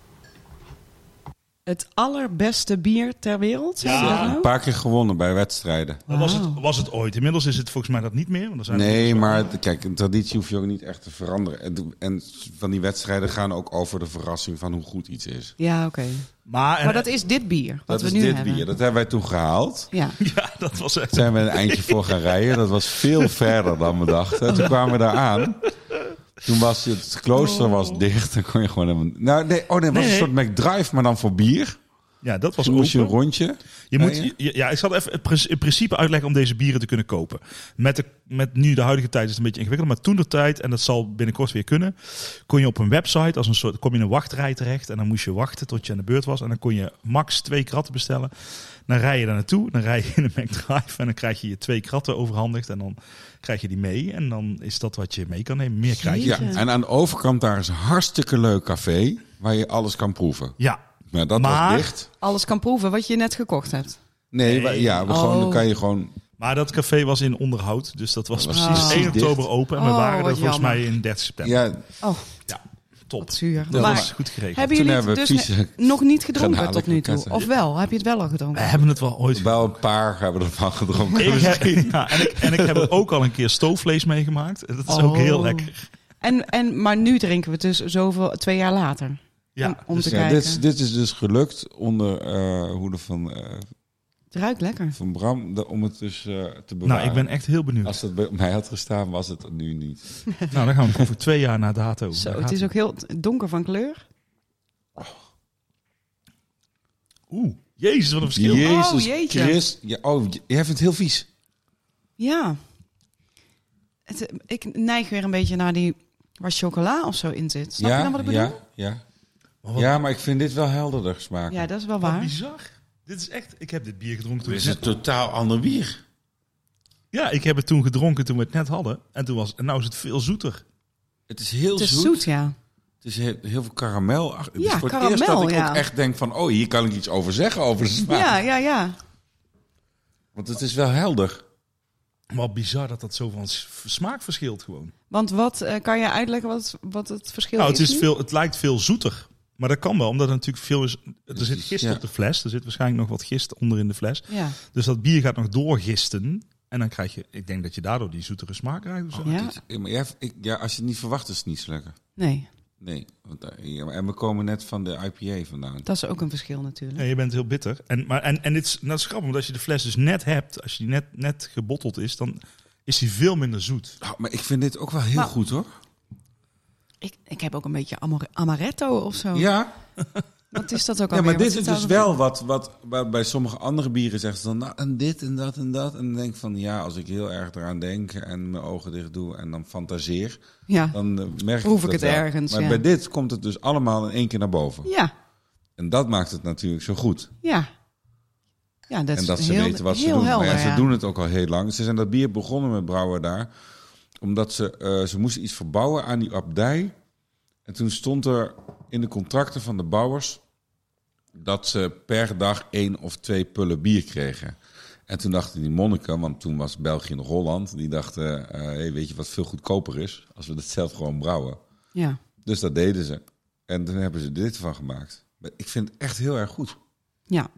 Het allerbeste bier ter wereld? Ja. Zeg je dat nou? Een paar keer gewonnen bij wedstrijden. Dat was het ooit. Inmiddels is het volgens mij dat niet meer. Want er zijn Nee, maar kijk, een traditie hoef je ook niet echt te veranderen. En van die wedstrijden gaan ook over de verrassing van hoe goed iets is. Ja, oké. Maar Maar dat is dit bier, wat Dat we is nu dit hebben. bier. Dat hebben wij toen gehaald. Ja. Ja, dat was echt... Toen zijn we een eindje voor gaan rijden. Dat was veel verder dan we dachten. Toen kwamen we daar aan. Toen was het klooster was dicht. Dan kon je gewoon helemaal... Nou, nee, het was een soort McDrive, maar dan voor bier. Ja, dat was Toen moest je een open. rondje. Je moet, rijden. ik zal even het principe uitleggen om deze bieren te kunnen kopen. Met nu de huidige tijd is het een beetje ingewikkeld, maar toen de tijd, en dat zal binnenkort weer kunnen, kon je op een website als een soort, kom je in een wachtrij terecht en dan moest je wachten tot je aan de beurt was en dan kon je max 2 kratten bestellen. Dan rij je daar naartoe, dan rij je in een McDrive en dan krijg je 2 kratten overhandigd en dan krijg je die mee en dan is dat wat je mee kan nemen. Meer krijg je. Ja, en aan de overkant daar is een hartstikke leuk café waar je alles kan proeven. Ja. Maar dat Maar- was dicht. Alles kan proeven wat je net gekocht hebt. Nee, gewoon, dan kan je gewoon... Maar dat café was in onderhoud, dus dat was Dat was precies precies 1 dicht. oktober open en we Oh, waren er wat volgens jammer. mij in 30 september. Ja, Oh, top. Wat zuur. Dat Maar was goed geregeld. hebben Toen jullie hebben het we dus vieze nog niet gedronken garnalen tot nu toe? kroketten. Of wel? Heb je het wel al gedronken? We hebben het wel ooit Wel een paar hebben ervan gedronken. en ik heb er ook al een keer stoofvlees meegemaakt. Dat is ook heel lekker. Maar nu drinken we het dus 2 jaar later. Ja, Om dus te Ja, kijken. dit is dus gelukt onder hoede Het ruikt lekker. van Bram om het dus te bewaren. nou, ik ben echt heel benieuwd. Als het bij mij had gestaan, was het nu niet. Nou, dan gaan we proeven 2 jaar na dato. Zo, Daar het gaat is ook heel donker van kleur. Oeh, jezus, wat een verschil. Jezus Oh, jeetje. Christ. Ja, jij vindt het heel vies. Ja. Ik neig weer een beetje naar die waar chocola of zo in zit. Snap je dan wat ik bedoel? ja. Maar wat- Ja, maar ik vind dit wel helderder smaken. Ja, dat is wel Wat waar. bizar. Dit is echt... Ik heb dit bier gedronken toen Het we is het een net... totaal ander bier. Ja, ik heb het toen gedronken toen we het net hadden. En nou is het veel zoeter. Het is heel Het is zoet. zoet, ja. Het is heel veel karamel. Het Ja, is voor karamel, het eerst dat ik ja. ook echt denk van... Oh, hier kan ik iets over zeggen over de smaak. Ja. Want het is wel helder. Maar bizar dat zo van smaak verschilt gewoon. Want kan je uitleggen wat het verschil Nou, is? nu? het lijkt veel zoeter. Maar dat kan wel, omdat er natuurlijk veel is... Er zit gist ja. op de fles. Er zit waarschijnlijk nog wat gist onder in de fles. Ja. Dus dat bier gaat nog doorgisten. En dan krijg je... Ik denk dat je daardoor die zoetere smaak krijgt. Of zo. Ja. Maar als je het niet verwacht, is het niet zo lekker. Nee, Nee. En we komen net van de IPA vandaan. dat is ook een verschil natuurlijk. Ja, je bent heel bitter. En dit is, dat is grappig, want als je de fles dus net hebt... Als die net gebotteld is, dan is die veel minder zoet. Oh, maar ik vind dit ook wel heel Maar- goed, hoor. Ik heb ook een beetje amaretto of zo. Ja, Wat is dat ook ja alweer? maar Wat dit is zit dus daar wel wat bij sommige andere bieren zeggen ze dan... Nou, en dit en dat en dat. En dan denk ik van, ja, als ik heel erg eraan denk... en mijn ogen dicht doe en dan fantaseer... Ja. dan merk Proef ik dat het wel. ergens, Maar ja. bij dit komt het dus allemaal in één keer naar boven. Ja, En dat maakt het natuurlijk zo goed. ja. Ja, dat En is dat ze heel, weten wat ze heel doen. helder, Maar ja, ze ja. doen het ook al heel lang. Ze zijn dat bier begonnen met brouwen daar. Omdat ze moesten iets verbouwen aan die abdij. En toen stond er in de contracten van de bouwers... dat ze per dag 1 of 2 pullen bier kregen. En toen dachten die monniken, want toen was België nog Holland... die dachten, hey, weet je wat veel goedkoper is? Als we dat zelf gewoon brouwen. Ja. Dus dat deden ze. En toen hebben ze dit van gemaakt. Maar ik vind het echt heel erg goed. Ja.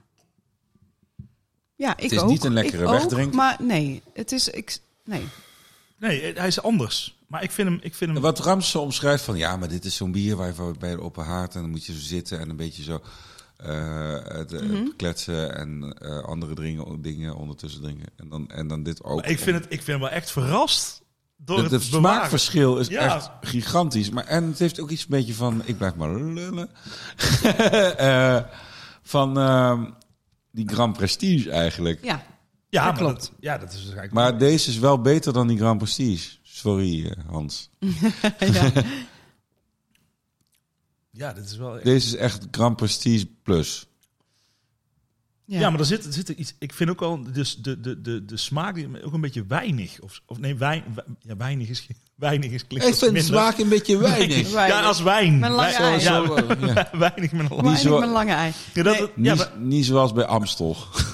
Ja, ik ook. is niet een lekkere Ik wegdrink. ook, maar nee, het is... Nee. Nee, hij is anders. Maar ik vind hem... En wat Rams zo omschrijft van... ja, maar dit is zo'n bier waar je bij de open haard... en dan moet je zo zitten en een beetje zo... kletsen en andere dingen ondertussen drinken. En dan dit ook. Ik vind hem wel echt verrast door Het het bewaren. smaakverschil is Ja. echt gigantisch. En het heeft ook iets een beetje van... ik blijf maar lullen. Van die Grand Prestige eigenlijk. Ja. Ja, Dat maar klopt. dat is waarschijnlijk... Maar deze is wel beter dan die Grand Prestige. Sorry, Hans. Ja. Ja, dit is wel... Deze is echt Grand Prestige plus. Ja, maar er zit iets... Ik vind ook wel... Dus de smaak ook een beetje weinig. Of nee, weinig is klinkt als minder. een beetje weinig. Ja, als wijn. Met een lange ei. Ja, Ja. weinig met een lange Weinig zo- met een lange ei. Ja, dat, Nee. ja, maar, Niet zoals bij Amstel.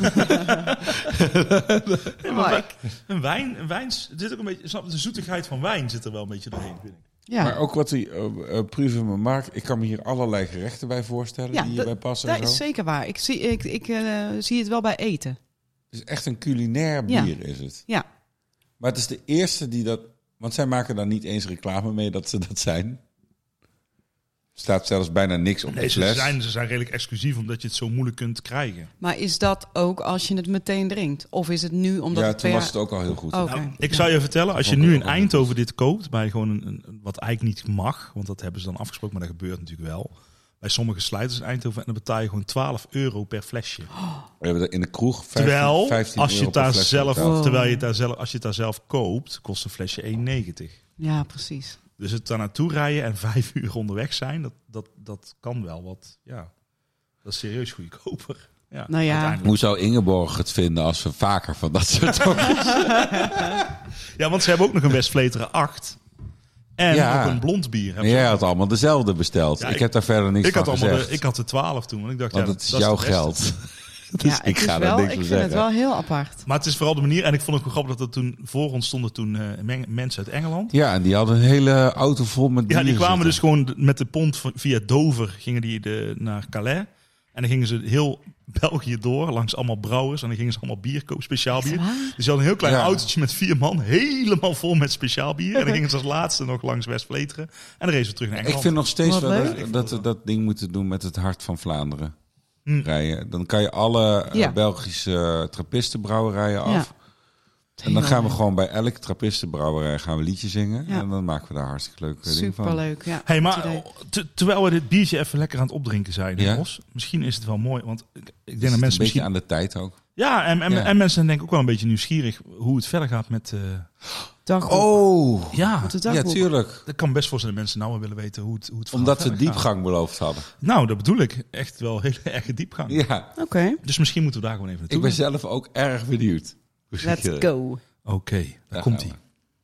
Maar een wijn... Er zit ook een beetje... Snap je, de zoetigheid van wijn zit er wel een beetje doorheen, vind ik. ja. Maar ook wat die Pruve me maakt, ik kan me hier allerlei gerechten bij voorstellen Ja, die hierbij passen. dat en zo. is zeker waar. Ik zie het wel bij eten. Het is echt een culinair Ja. bier, is het. Ja. Maar het is de eerste die dat... Want zij maken daar niet eens reclame mee dat ze dat zijn. Er staat zelfs bijna niks op Nee, de ze fles. zijn redelijk exclusief omdat je het zo moeilijk kunt krijgen. Maar is dat ook als je het meteen drinkt? Of is het nu omdat Ja, het toen 2 was jaar... het ook al heel goed. Oké. Nou, ik zou je vertellen, als je Vond ik nu ook in wel Eindhoven dit koopt, bij gewoon een wat eigenlijk niet mag, want dat hebben ze dan afgesproken, maar dat gebeurt natuurlijk wel. Bij sommige sluiters in Eindhoven en dan betaal je gewoon €12 per flesje. We hebben er in de kroeg 15, Terwijl, 15 als je euro het daar per fles zelf, betaald. als je het daar zelf koopt, kost een flesje €1,90. Ja, precies. Dus het daar naartoe rijden en 5 uur onderweg zijn, dat kan wel wat, ja, dat is serieus goedkoper. Ja, Nou ja. uiteindelijk. Hoe zou Ingeborg het vinden als we vaker van dat soort Ja, want ze hebben ook nog een Westvleteren 8 en Ja. ook een blond bier. hebben Maar ze jij ook. had allemaal dezelfde besteld. Ja, ik heb daar verder niks ik had van allemaal gezegd. ik had de 12 toen, want ik dacht, Want ja, het is dat jouw de beste. geld. Ja, ik ga daar wel, niks ik van vind het zeggen. wel heel apart. Maar het is vooral de manier. En ik vond het ook wel grappig dat er toen voor ons stonden mensen uit Engeland. Ja, en die hadden een hele auto vol met Ja, bieren die kwamen dus zitten. gewoon met de pont via Dover gingen naar Calais. En dan gingen ze heel België door, langs allemaal brouwers. En dan gingen ze allemaal bier kopen, speciaal bier. Waar? Dus ze hadden een heel klein Ja. autootje met 4 man, helemaal vol met speciaal bier. En dan gingen ze als laatste nog langs West-Vleteren. En dan reden ze terug naar Ik Engeland. vind nog steeds Wat wel leuk. dat we dat ding moeten doen met het Hart van Vlaanderen. Rijden. Dan kan je alle Ja. Belgische trappistenbrouwerijen af. Ja. En dan gaan we gewoon bij elke trappistenbrouwerij gaan we liedjes zingen. Ja. En dan maken we daar hartstikke leuk ding van. Superleuk, ja. Hey, Goed maar idee. terwijl we dit biertje even lekker aan het opdrinken zijn, Ja. Bos, misschien is het wel mooi. Want ik denk Is dat het mensen een beetje misschien... aan de tijd ook. Ja, en Ja. mensen zijn denk ik ook wel een beetje nieuwsgierig hoe het verder gaat met... Dagboek. Oh, ja, Met het ja, dagboek. tuurlijk. dat kan best voor zijn dat mensen nou wel willen weten hoe het verhaal Omdat we verder gaat. diepgang beloofd hadden. Nou, dat bedoel ik. Echt wel heel erg diepgang. Ja, Oké, Dus misschien moeten we daar gewoon even naartoe. ik ben zelf ook erg benieuwd. let's go. Oké, daar Daar komt gaan hij.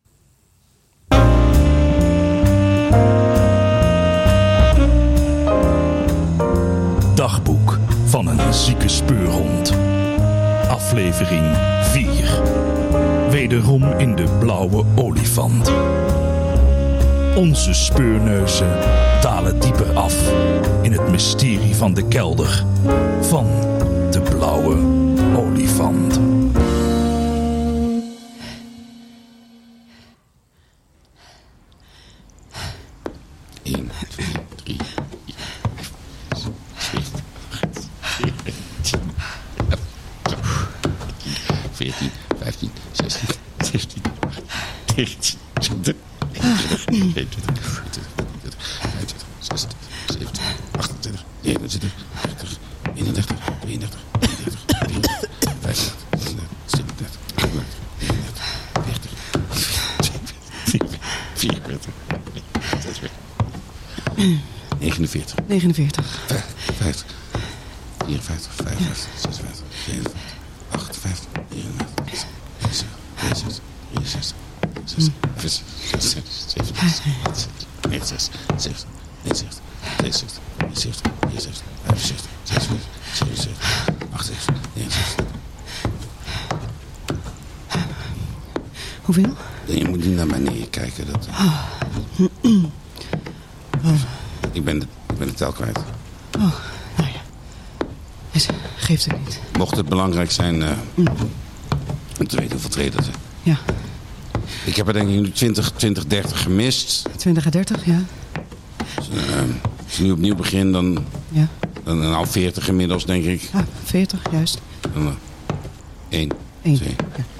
Dagboek van een zieke speurhond. Aflevering 4. Wederom in de blauwe olifant. Onze speurneuzen dalen dieper af in het mysterie van de kelder van de blauwe olifant. Eén, 2, 3, 14, 15, 16, 17, 19, 20, 21, 22, 23, 26, 27, 28, 29, 30, 31, 32, 33, 34, 35, 36, 37, 38, 39, 40, 41, 49, 49. 50, 54, 55, 56, 57, 58, 59, 60, 63, 64, 65, 66, 67, 68, 69, 70, 71, 72, 73, 77, 78, 79. Hoeveel? Je moet niet naar beneden kijken. Dat, ik ben de tel kwijt. Oh, nou ja. Geeft het niet. Mocht het belangrijk zijn om te weten hoeveel treden er zijn. Ja, Ik heb er denk ik nu 20, 30 gemist. 20 en 30, ja. Als ik nu opnieuw begin, dan Ja. nou 40 inmiddels, denk ik. Ah, 40, juist. Dan 1, 1. 2,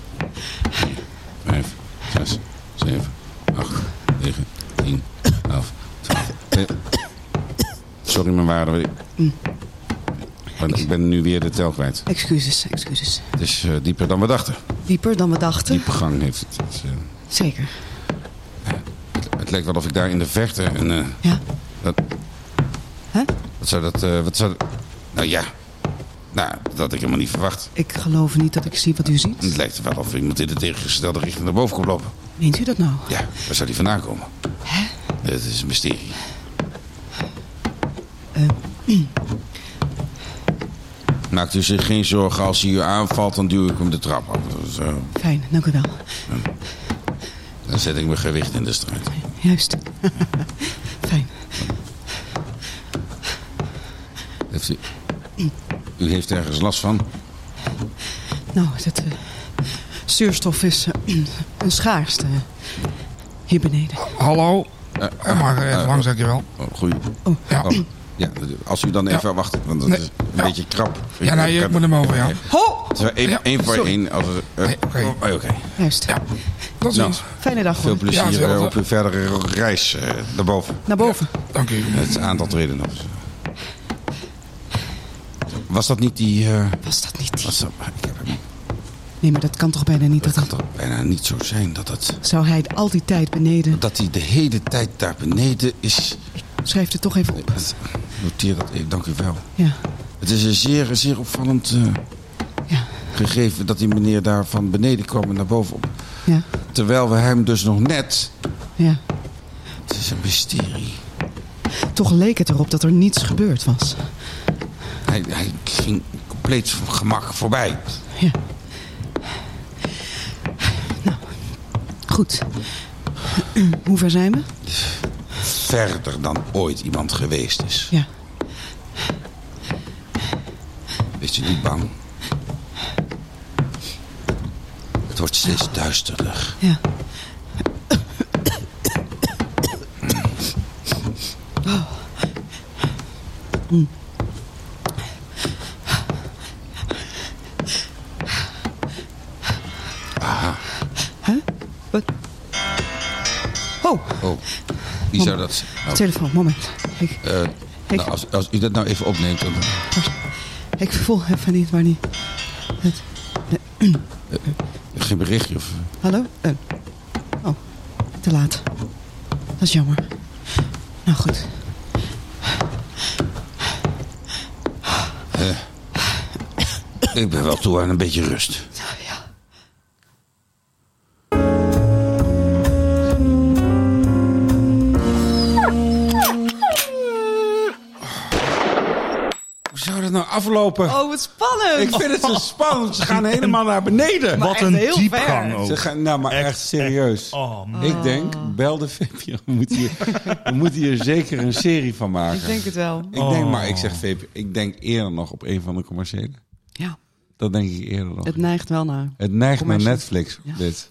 5, 6, 7, 8, 9, 10, 11, 12. Sorry, mijn waarde. Ik ben nu weer de tel kwijt. Excuses. Het is dieper dan we dachten. Dieper dan we dachten. Diepe gang heeft het. Zeker. Het lijkt wel of ik daar in de verte een... Ja. Hè? Wat zou dat... Nou ja. Nou, dat had ik helemaal niet verwacht. Ik geloof niet dat ik zie wat u ziet. Het lijkt er wel of iemand in de tegengestelde richting naar boven komt lopen. Meent u dat nou? Ja, waar zou die vandaan komen? Hè? Het is een mysterie. Maakt u zich geen zorgen. Als hij u aanvalt, dan duw ik hem de trap af. Zo. Fijn, dank u wel. Dan zet ik mijn gewicht in de strijd. Juist. Fijn. U heeft ergens last van? Nou, dat zuurstof is een schaarste hier beneden. Hallo? Mag er even langs, dankjewel. Goeie. Ja. Oh, ja, als u dan even wacht, want dat Nee. is een beetje krap. Ja, nee, ik moet hem over, ja. Ho! Het is wel Ja, één voor sorry. één. Oké. Juist. Ja. Tot Nou. ziens. Fijne dag Veel hoor. plezier Ja, hetzelfde. op uw verdere reis naar boven. Naar boven. Dank u. Het aantal treden nog. Was dat niet die... Was dat niet die? was dat, ik heb hem, Nee, maar dat kan toch bijna niet. dat Dat kan toch bijna niet zo zijn Zou hij al die tijd beneden... dat hij de hele tijd daar beneden is. Schrijf het toch even op. Noteer dat even, dank u wel. Ja. Het is een zeer opvallend Ja. gegeven dat die meneer daar van beneden kwam en naar boven op. Ja. Terwijl we hem dus nog net... Ja. Het is een mysterie. Toch leek het erop dat er niets gebeurd was. Hij ging compleet gemak voorbij. Ja. Nou, goed. Hoe ver zijn we? Verder dan ooit iemand geweest is. Ja. Wees je niet bang? Het wordt steeds duisterder. Ja. Oh. Aha. Huh? Wat? Oh, Oh, wie zou dat zijn? Nou, telefoon, moment. nou, als u dat nou even opneemt... Dan... Ik voel even niet waar niet. Geen berichtje of... Hallo? Oh, te laat. Dat is jammer. Nou goed. Ik ben wel toe aan een beetje rust. Ja. Hoe zou dat nou aflopen? Oh, wat spannend. Ik vind het zo spannend. Ze gaan helemaal naar beneden. Maar Wat echt een heel diepgang ver. ook. Ze gaan, nou, maar echt serieus. Oh, man. Ik denk, bel de VPRO. We moeten hier zeker een serie van maken. Ik denk het wel. Ik denk, maar ik zeg VPRO. Ik denk eerder nog op een van de commerciële. Ja, Dat denk ik eerder nog. het neigt wel naar. Het neigt naar commercie. Netflix, Ja. dit.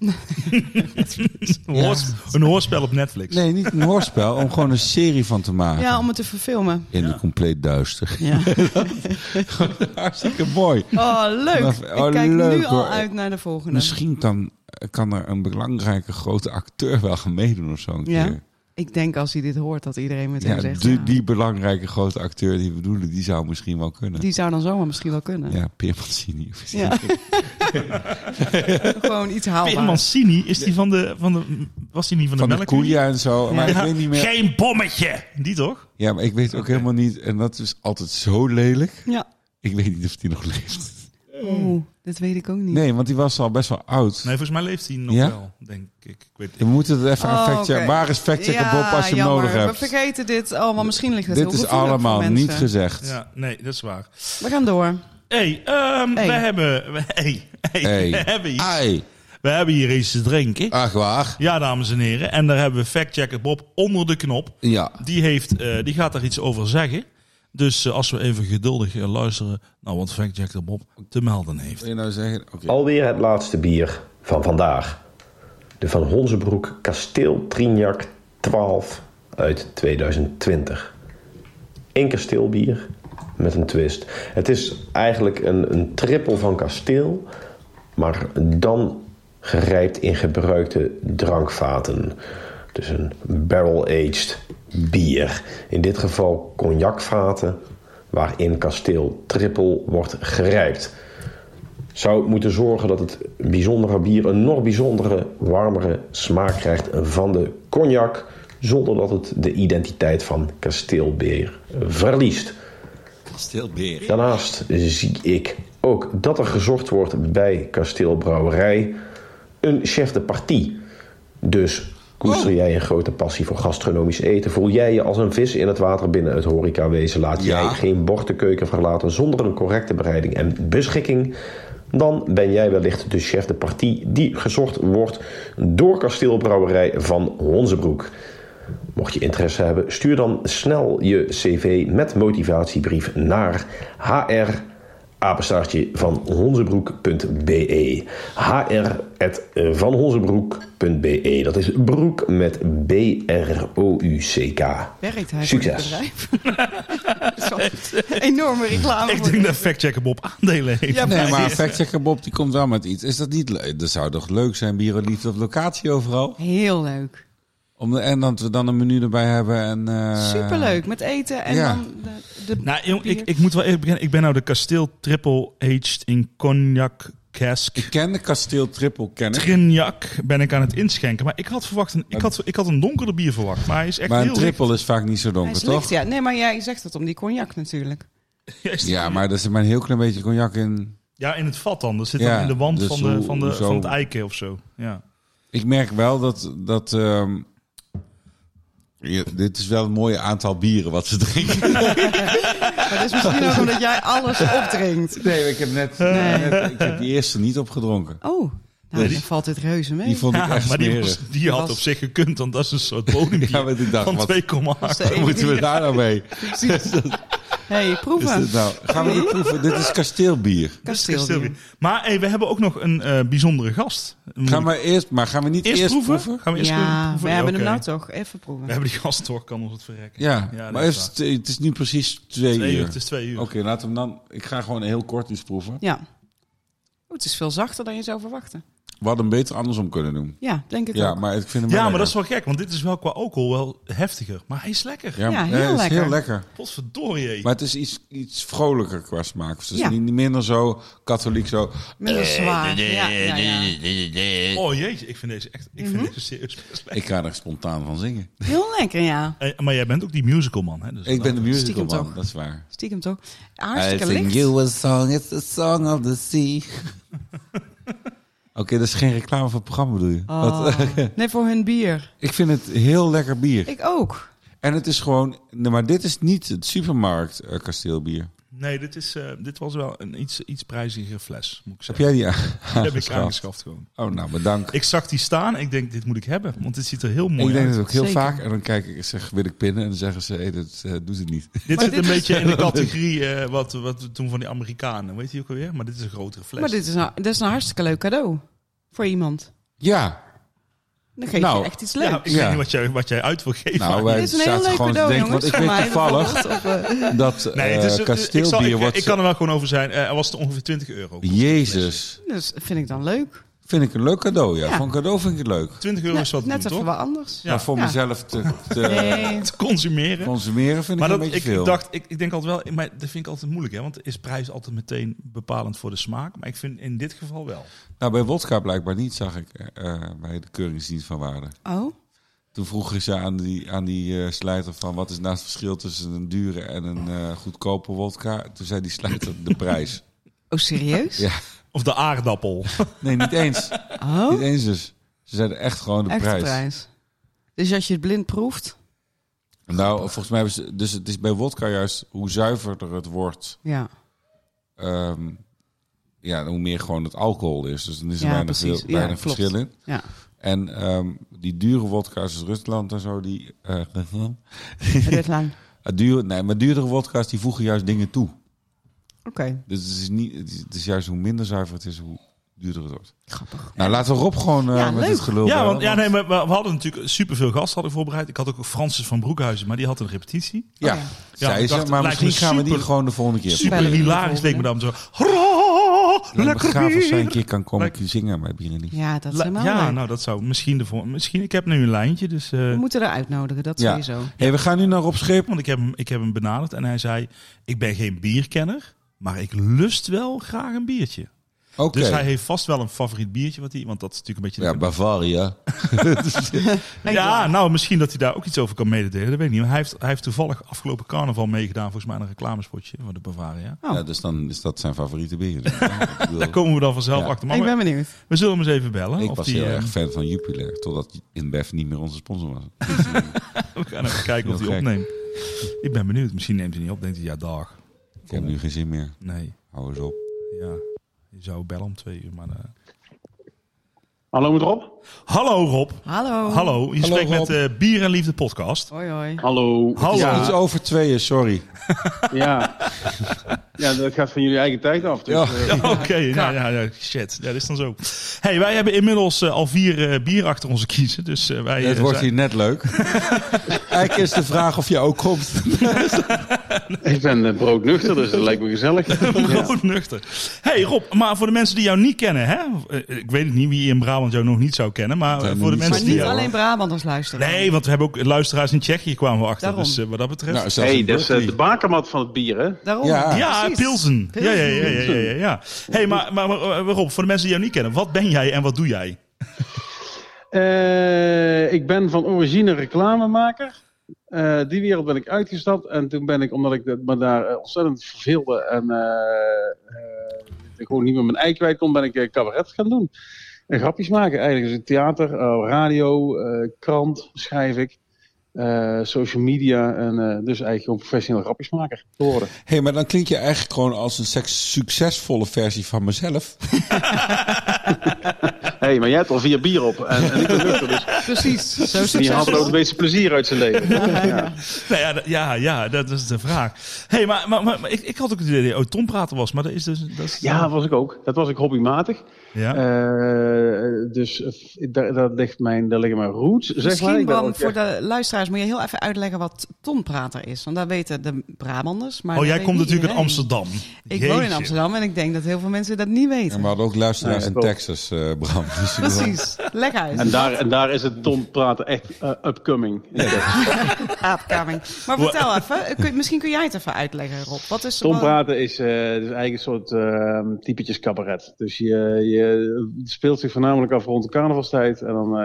Een hoorspel op Netflix. Nee, niet een hoorspel, om gewoon een serie van te maken. Ja, om het te verfilmen. In de compleet duister. Ja. Hartstikke mooi. Oh, leuk. Oh, Ik kijk leuk, nu al hoor. uit naar de volgende. Misschien kan er een belangrijke grote acteur wel gaan meedoen of zo een Ja. keer. Ik denk als hij dit hoort dat iedereen meteen Ja, zegt... die belangrijke grote acteur die we bedoelen, die zou misschien wel kunnen. Die zou dan zomaar misschien wel kunnen. Ja, Pier Mancini. Ja. Gewoon iets haalbaar. Peer Mancini, is die van de was die niet van de Van de melk? koeien en zo. Maar ik weet niet meer. Geen bommetje! Die toch? Ja, maar ik weet ook helemaal niet. En dat is altijd zo lelijk. Ja. Ik weet niet of die nog leeft. Oeh, dat weet ik ook niet. Nee, want die was al best wel oud. Nee, volgens mij leeft hij nog Ja? wel, denk ik. Ik weet We moeten het even aan factchecken. oké. Waar is factchecken Ja, Bob als je hem jammer. nodig hebt? We vergeten dit allemaal. Misschien ligt het Dit heel is gevoelig allemaal voor niet mensen. gezegd. Ja, nee, dat is waar. We gaan door. Hey, Hey. we hebben... Hey. We hebben hier iets te drinken. Ach, waar? Ja, dames en heren. En daar hebben we factchecker Bob onder de knop. Ja. Die gaat daar iets over zeggen. Dus als we even geduldig luisteren naar wat factchecker Bob te melden heeft. Wil je nou zeggen? Oké. Alweer het laatste bier van vandaag. De Van Honzenbroek Kasteel Trignac 12 uit 2020. Eén kasteelbier met een twist. Het is eigenlijk een trippel van kasteel, maar dan gerijpt in gebruikte drankvaten. Dus een barrel-aged bier. In dit geval cognacvaten waarin kasteel trippel wordt gerijpt. Zou moeten zorgen dat het bijzondere bier een nog bijzondere, warmere smaak krijgt van de cognac, zonder dat het de identiteit van kasteelbier verliest. Kasteelbeer. Daarnaast zie ik ook dat er gezocht wordt bij kasteelbrouwerij een chef de partie. Dus koester jij een grote passie voor gastronomisch eten? Voel jij je als een vis in het water binnen het horecawezen? Laat jij geen bord de keuken verlaten zonder een correcte bereiding en beschikking? Dan ben jij wellicht de chef de partie die gezocht wordt door kasteelbrouwerij Van Honzenbroek. Mocht je interesse hebben, stuur dan snel je cv met motivatiebrief naar hr@vanhonzenbroek.be. hr@vanhonzenbroek.be. Dat is broek met B-R-O-U-C-K. Werkt hij Succes. voor het bedrijf? Enorme reclame. Ik denk dat factchecker Bob aandelen heeft. Ja, Nee, maar factchecker Bob die komt wel met iets. Is dat niet leuk? Dat zou toch leuk zijn, bier en liefde op locatie overal? Heel leuk. En dat we dan een menu erbij hebben. En, Superleuk. Met eten en ja. dan de Nou, jong, bier. ik moet wel even beginnen. Ik ben nou de kasteel triple aged in cognac cask. Ik ken de kasteel triple kennen. Trignac ben ik aan het inschenken. Maar ik had verwacht ik had een donkerder bier verwacht. Maar hij is echt Maar een heel triple is vaak niet zo Hij donker, is toch? licht, ja. Nee, maar jij zegt het om die cognac natuurlijk. licht. Ja, maar er zit maar een heel klein beetje cognac in. Ja, in het vat dan. Dat zit Ja, dan in de wand dus van zo- het eiken of zo. Ja. Ik merk wel dat Ja, dit is wel een mooi aantal bieren wat ze drinken. Maar dat is misschien ook omdat jij alles opdrinkt. Nee, ik heb net ik heb die eerste niet opgedronken. Oh, nou, dan valt dit reuze mee. Die vond ik echt maar smerig. die had op zich gekund, want dat is een soort bodembier Ja, want ik dacht, van wat 2,8. wat moeten we daar nou mee? Hey, proeven. Gaan we dit proeven? Dit is kasteelbier. Kasteelbier. Maar hey, we hebben ook nog een bijzondere gast. Gaan we niet eerst proeven? Gaan we eerst Ja, proeven? we hebben Oké. hem nou toch. Even proeven. We hebben die gast toch, kan ons het verrekken. Ja, dat maar is waar. het is nu precies 2 uur. Het is 2 uur. Oké, laten we hem dan... Ik ga gewoon heel kort iets proeven. Ja. Oh, het is veel zachter dan je zou verwachten. We hadden hem beter andersom kunnen doen. Ja, denk ik Ja, ook. maar ik vind hem Ja, wel maar dat is lekker. wel gek, want dit is wel qua alcohol wel heftiger. Maar hij is lekker. Ja, heel het is lekker. heel lekker. Potverdorie. Maar het is iets vrolijker qua smaak. Dus het is Ja. niet minder zo katholiek zo... Minder zwaar. Ja. Oh jeetje, ik vind deze echt deze serieus best lekker. Ik ga er spontaan van zingen. Heel lekker, ja. Maar jij bent ook die musicalman, hè? Dus Ik ben de musical Stiekem man, toch? dat is waar. Stiekem toch. Hartstikke licht. a song, it's the song of the sea. Oké, dat is geen reclame voor het programma, bedoel je? Oh. Nee, voor hun bier. Ik vind het heel lekker bier. Ik ook. En het is gewoon... Nee, maar dit is niet het supermarkt kasteelbier. Nee, dit was wel een iets prijzigere fles, moet ik Heb zeggen. jij die Die heb ik aangeschaft? aangeschaft gewoon. Oh, nou, bedankt. Ik zag die staan en ik denk, dit moet ik hebben. Want dit ziet er heel mooi Ik denk uit. dat ook heel Zeker. vaak. En dan kijk ik, zeg, wil ik pinnen? En dan zeggen ze, hey, dat doet het niet. Dit zit een beetje in de categorie wat we toen van die Amerikanen. Weet je ook alweer? Maar dit is een grotere fles. Maar dit is een hartstikke leuk cadeau. Voor iemand. Ja. Dan geef Nou, je echt iets leuks. ja, ik weet niet wat jij uit wil geven. Nou, aan wij Dit is een heel zaten leuk gewoon te cadeau, denken, want jongens. ik Voor weet mij toevallig bijvoorbeeld. Of, dat Nee, het is, kasteelbier wordt... ik kan er wel gewoon over zijn. Er was het ongeveer €20. Jezus. dus vind ik dan leuk. Vind ik een leuk cadeau, ja. Ja. Voor een cadeau vind ik het leuk. €20 is wat Net doen, even toch? wat anders. Ja. Maar voor Ja. mezelf te Nee. Te consumeren. consumeren vind ik Maar een beetje veel. ik denk altijd wel, maar dat vind ik altijd moeilijk, hè? Want is prijs altijd meteen bepalend voor de smaak? Maar ik vind in dit geval wel. Nou, bij wodka blijkbaar niet, zag ik bij de keuringsdienst van waarde. Oh, Toen vroegen ze aan die slijter van... wat is nou het verschil tussen een dure en een goedkope wodka? Toen zei die slijter de prijs. oh serieus? Ja. Of de aardappel. Nee, niet eens. Oh, Niet eens dus. Ze zeiden echt gewoon de echt prijs. prijs. Dus als je het blind proeft, Nou, volgens mij hebben ze... Dus het is bij wodka juist hoe zuiverder het wordt... ja. ja, hoe meer gewoon het alcohol is. Dus dan is er Ja, weinig, precies. Ja, weinig klopt. verschil in. Ja. En die dure wodka's uit Rusland en zo, die... Dit lang. maar duurdere wodka's, die voegen juist dingen toe. Oké, Dus het is juist hoe minder zuiver het is, hoe duurder het wordt. grappig. Nou, laten we Rob gewoon Ja, met leuk. het gelul Ja, bellen, maar we hadden natuurlijk superveel gasten hadden voorbereid. Ik had ook Francis van Broekhuizen, maar die had een repetitie. Ja, Oké. zei ik ze. dacht, Maar lijkt misschien me gaan we die super- gewoon de volgende keer Super Bellen we de hilarisch leek me dan volgende. zo. Lijkt me Lekker gaaf als zij een bier. keer kan komen Lekker. zingen bij Bier en Lief. Ja, dat is helemaal Ja, leuk. nou dat zou misschien. Ik heb nu een lijntje, dus. We moeten er uitnodigen, dat Ja. sowieso. Hey, we gaan nu naar Rob Scheep. Want ik heb hem benaderd en hij zei: ik ben geen bierkenner, maar ik lust wel graag een biertje. Oké. Dus hij heeft vast wel een favoriet biertje, want dat is natuurlijk een beetje. Ja, Bavaria. Ja, nou misschien dat hij daar ook iets over kan mededelen. Dat weet ik niet. Maar hij heeft toevallig afgelopen carnaval meegedaan, volgens mij een reclamespotje voor de Bavaria. Oh. Ja, dus dan is dat zijn favoriete bier. Dus, ik bedoel, Daar komen we dan vanzelf Ja. achter. Maar Ik ben benieuwd. we zullen hem eens even bellen. ik of was die, heel erg fan van Jupiler, totdat InBev niet meer onze sponsor was. we gaan even kijken of Heel hij gek. opneemt. Ik ben benieuwd. Misschien neemt hij niet op. Denkt hij, ja dag. Ik heb nu geen zin meer. Nee, Hou eens op. ja. Je zou bellen om 2 uur, maar... Hallo met Rob. Hallo Rob. Hallo. Hallo, je spreekt Rob. met Bier en Liefde podcast. Hoi, hoi. Hallo. Hallo. Ja, Iets over 2, sorry. ja. Ja, dat gaat van jullie eigen tijd af. Dus, Ja. Ja, Oké, ja, shit. Ja, dat is dan zo. Hey, wij hebben inmiddels al 4 bier achter onze kiezen. Dus wij... Het wordt zijn- hier net leuk. Eigenlijk is de vraag of je ook komt. Ik ben broodnuchter, dus dat lijkt me gezellig. Broodnuchter. Hey Rob, maar voor de mensen die jou niet kennen, hè? Ik weet het niet wie in Brabant jou nog niet zou kennen, maar zijn er voor de niet mensen Maar die niet jou... alleen Brabanders luisteren. Nee, want we hebben ook luisteraars in Tsjechië kwamen we achter. Daarom. Dus wat dat betreft... Nou, zelfs Hey, in dat is Berkeley. de bakermat van het bier, hè? Daarom. Ja. ja, Precies. Pilsen. Pilsen. Ja. Hey, maar Rob, voor de mensen die jou niet kennen, wat ben jij en wat doe jij? Ik ben van origine reclamemaker. Die wereld ben ik uitgestapt. En toen ben ik, omdat ik me daar ontzettend verveelde en ik gewoon niet meer mijn ei kwijt kon, ben ik cabaret gaan doen. En grapjes maken eigenlijk. Dus theater, radio, krant schrijf ik. social media en dus eigenlijk gewoon professioneel grapjesmaker geworden. Hey, maar dan klink je eigenlijk gewoon als een succesvolle versie van mezelf. Hey, maar jij hebt al 4 bier op en ik ben nuchter, dus Precies. Zo die haalt er succesvol. ook een beetje plezier uit zijn leven. Ja. Nou ja, dat is de vraag. Hey, maar ik had ook het idee dat Tom praten was, maar dat is dus... Dat is, Ja, dat was ik ook. Dat was ik hobbymatig. Ja. Dus daar liggen mijn roots, zeg maar. Misschien Ik ben Bram, ook voor echt- de luisteraars moet je heel even uitleggen wat tonprater is. Want dat weten de Brabanders. Maar Oh, dat jij weet komt niet natuurlijk uit iedereen. Amsterdam. Ik woon in Jeetje. Amsterdam en ik denk dat heel veel mensen dat niet weten. En we hadden ook luisteraars Nee, in klopt. Texas, Bram. Dus Precies. Leg uit. En daar is het tonpraten echt upcoming. Aapkaming. Maar vertel even, misschien kun jij het even uitleggen, Rob. Wat is Tonpraten is eigenlijk een soort typetjes cabaret. Dus je speelt zich voornamelijk af rond de carnavalstijd. En dan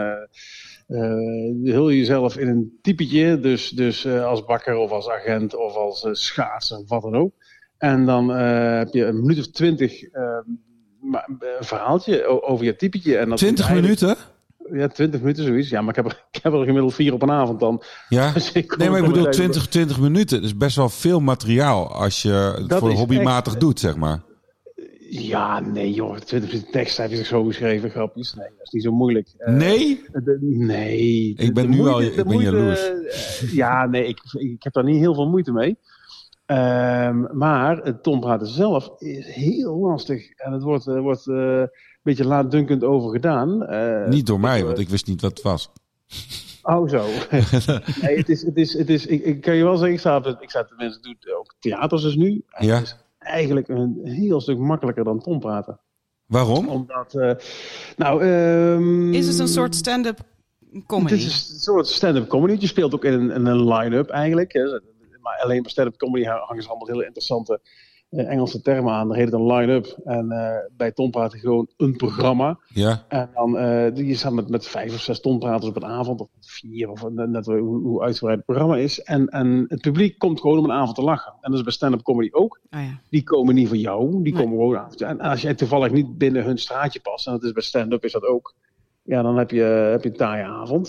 hul je jezelf in een typetje. Dus als bakker of als agent of als schaatser of wat dan ook. En dan heb je een minuut of 20 een verhaaltje over je typetje. En dat 20 is eigenlijk- minuten? Ja, 20 minuten zoiets. Ja, maar ik heb er gemiddeld 4 op een avond dan. Ja. Dus ik kom Nee, maar ik er bedoel meteen- 20 minuten. Dat is best wel veel materiaal als je het Dat voor is hobbymatig echt- doet, zeg maar. Ja, nee joh, 20 minuten tekst heb je zich zo geschreven, grapjes. Nee, dat is niet zo moeilijk. Nee? Nee. Ik ben nu al- ik ben jaloers. Ja, nee, ik heb daar niet heel veel moeite mee. Maar het tonpraten zelf is heel lastig. En het wordt een beetje laatdunkend over gedaan. Niet door mij, want ik wist niet wat het was. Oh, zo. Nee, het is, ik kan je wel zeggen, ik sta tenminste, doe ook theaters dus nu. En Ja. Het is eigenlijk een heel stuk makkelijker dan tonpraten. Waarom? Omdat, Is het een soort stand-up comedy? Het is een soort stand-up comedy. Je speelt ook in een line-up eigenlijk. Hè. Maar alleen bij stand-up comedy hangen ze allemaal hele interessante Engelse termen aan. Dan heet het een line-up. En bij tonpraten gewoon een programma. Ja. En dan je staat met 5 of 6 tonpraters op een avond. Of 4, of net hoe uitgebreid het programma is. En het publiek komt gewoon om een avond te lachen. En dat is bij stand-up comedy ook. Oh ja. Die komen niet voor jou. Die Nee. komen gewoon aan. En als jij toevallig niet binnen hun straatje past. En dat is bij stand-up is dat ook. Ja, dan heb je een taaie avond.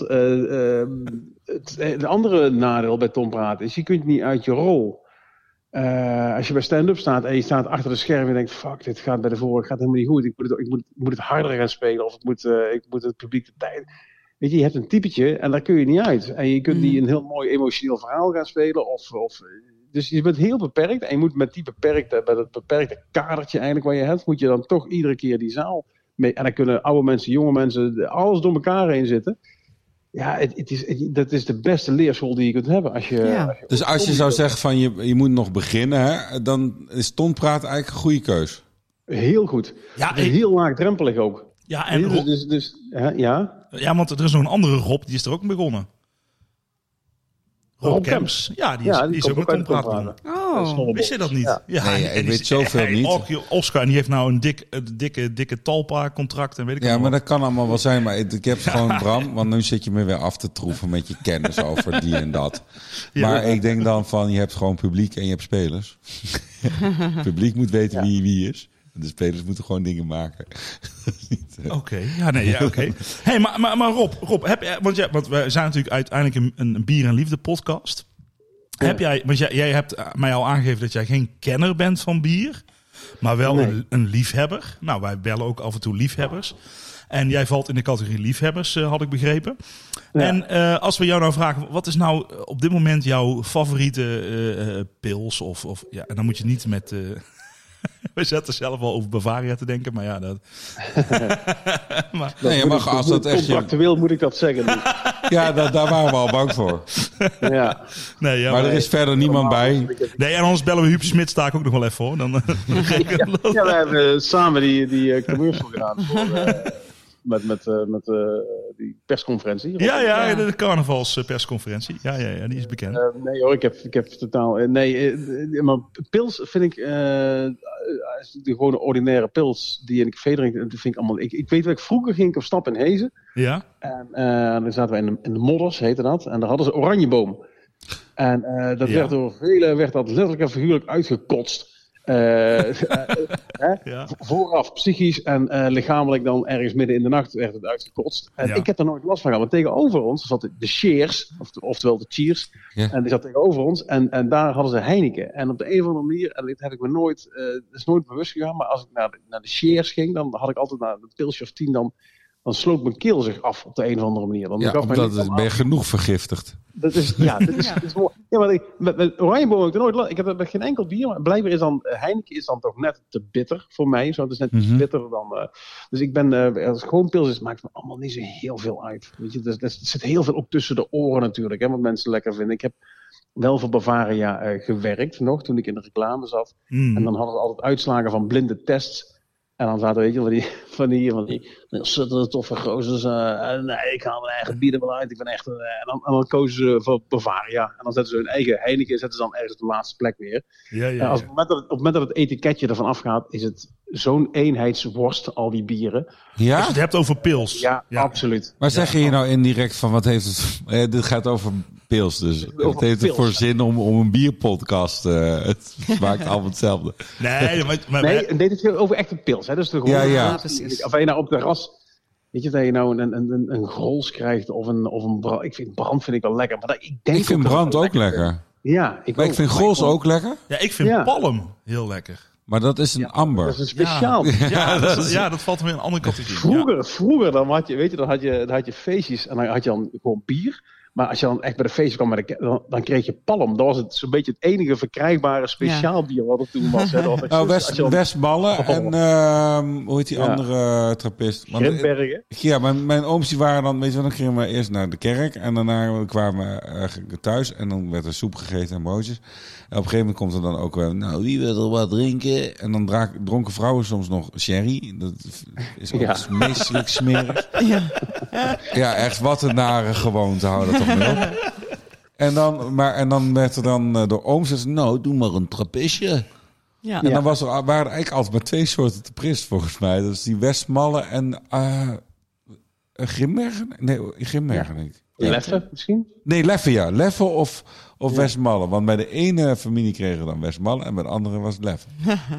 Het andere nadeel bij tonpraten is, je kunt niet uit je rol. Als je bij stand-up staat en je staat achter de scherm en je denkt, fuck, dit gaat bij de vorige gaat helemaal niet goed. Ik moet het harder gaan spelen of ik moet het publiek de tijd. Weet je hebt een typetje en daar kun je niet uit. En je kunt niet een heel mooi emotioneel verhaal gaan spelen. Dus je bent heel beperkt en je moet met dat beperkte kadertje eigenlijk waar je hebt, moet je dan toch iedere keer die zaal mee. En dan kunnen oude mensen, jonge mensen, alles door elkaar heen zitten. Ja, dat is de beste leerschool die je kunt hebben. Dus als je zou zeggen van je moet nog beginnen, hè, dan is tonpraten eigenlijk een goede keus. Heel goed. Ja, Het is heel laagdrempelig ook. Ja, en Rob, Ja. ja, want er is nog een andere Rob, die is er ook begonnen. Rob Kemps. Ja, die is komt ook met uit tonpraten Tonpraten. begonnen. Oh, Wist je dat niet? Ja. Nee, ik weet zoveel niet. Oscar, en die heeft nou een dikke Talpa-contract en weet ik Ja, maar allemaal. dat kan allemaal wel zijn. Maar ik heb gewoon, Bram, want nu zit je me weer af te troeven met je kennis over die en dat. Ja. Maar ik denk dan van, je hebt gewoon publiek en je hebt spelers. Het publiek moet weten wie is. De spelers moeten gewoon dingen maken. Oké. Hey, maar Rob, want we zijn natuurlijk uiteindelijk een bier en liefde podcast. Ja. Heb jij, want jij hebt mij al aangegeven dat jij geen kenner bent van bier, maar wel een liefhebber. Nou, wij bellen ook af en toe liefhebbers. En jij valt in de categorie liefhebbers, had ik begrepen. Ja. En als we jou nou vragen, wat is nou op dit moment jouw favoriete pils? En dan moet je niet met... we zetten zelf al over Bavaria te denken, maar ja, dat... Nee, je mag als dat echt... Contractueel moet ik dat zeggen. Dus. Ja, daar waren we al bang voor. Ja. Nee, ja, Maar er is verder niemand bij. Nee, en anders bellen we Huub Smit, sta ik ook nog wel even voor. Dan, Ja, we hebben samen die commercial gedaan voor, met die persconferentie. ja, de carnavalspersconferentie. Ja, die is bekend. Nee hoor, ik heb totaal... maar pils vind ik... de gewone ordinaire pils die in een café drink, dat vind ik allemaal... Ik weet wel, vroeger ging ik op stap in Hezen. Ja? En dan zaten we in de modders, heette dat. En daar hadden ze Oranjeboom. En dat werd door velen werd dat letterlijk en figuurlijk uitgekotst. Vooraf psychisch en lichamelijk dan ergens midden in de nacht werd het uitgekotst. En ik heb er nooit last van gehad. Maar tegenover ons zat de Cheers, oftewel de Cheers. Ja. En die zat tegenover ons en daar hadden ze Heineken. En op de een of andere manier, en dit heb ik me nooit, is nooit bewust gegaan. Maar als ik naar de Cheers ging, dan had ik altijd na een pilsje of 10 dan sloot mijn keel zich af op de een of andere manier. Dan ben je genoeg vergiftigd. Dat is mooi. Ja, maar met Oranjeboom heb ik er nooit last. Ik heb met geen enkel bier, maar blijkbaar is dan Heineken is dan toch net te bitter voor mij. Zo, het is net iets bitter dan. Dus ik ben, als het gewoon pils is, maakt me allemaal niet zo heel veel uit. Weet je, er zit heel veel ook tussen de oren natuurlijk, hè, wat mensen lekker vinden. Ik heb wel voor Bavaria gewerkt nog, toen ik in de reclame zat. En dan hadden we altijd uitslagen van blinde tests. En dan zaten, weet je, van die suttende toffe gozers. Nee, ik haal mijn eigen bier er wel uit. Ik ben echt. En dan kozen ze voor Bavaria. En dan zetten ze hun eigen Heineken. Zetten ze dan ergens op de laatste plek weer. Ja. Op het moment dat het etiketje ervan afgaat, is het zo'n eenheidsworst, al die bieren. Ja? Als je het hebt over pils. Ja. Absoluut. Maar zeg je nou indirect van wat heeft het... dit gaat over pils dus. Wat heeft het voor zin om een bierpodcast? Het smaakt allemaal hetzelfde. Nee, nee, dit is over echt een pils. Hè? Dus de of je nou op de terras, weet je, dat je nou een grols krijgt of een brand. Ik vind brand wel lekker. Maar ik vind brand ook lekker. Ja, ik vind grols ook lekker. Ja, ik vind palm heel lekker. Maar dat is een amber. Dat is een speciaal. Dat valt weer in een andere categorie. Vroeger dan had je, weet je, dan had je feestjes en dan had je dan gewoon bier. Maar als je dan echt bij de feestje kwam, dan kreeg je palm. Dat was het zo'n beetje het enige verkrijgbare speciaal bier wat er toen was. Westmalle en hoe heet die andere trappist? Grimbergen. Ja, mijn ooms die waren dan, weet je wel, dan gingen we eerst naar de kerk. En daarna kwamen we thuis en dan werd er soep gegeten en broodjes. En op een gegeven moment komt er dan ook wel, nou, wie wil er wat drinken? En dan dronken vrouwen soms nog sherry. Dat is ook meestelijk smerig. Ja, echt wat een nare gewoonte, houden dat toch mee op. En dan werd er dan door ooms gezegd, nou, doe maar een trappistje. Ja. En dan waren er eigenlijk altijd maar 2 soorten trappist volgens mij. Dat is die Westmalle en Grimbergen? Nee, Grimbergen niet. Leffe misschien? Nee, Leffe ja. Leffe of Westmalle. Want bij de ene familie kregen we dan Westmalle en bij de andere was het Leffe.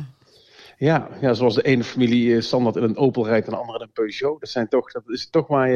Ja, zoals de ene familie standaard in een Opel rijdt en de andere in een Peugeot. Dat is toch maar...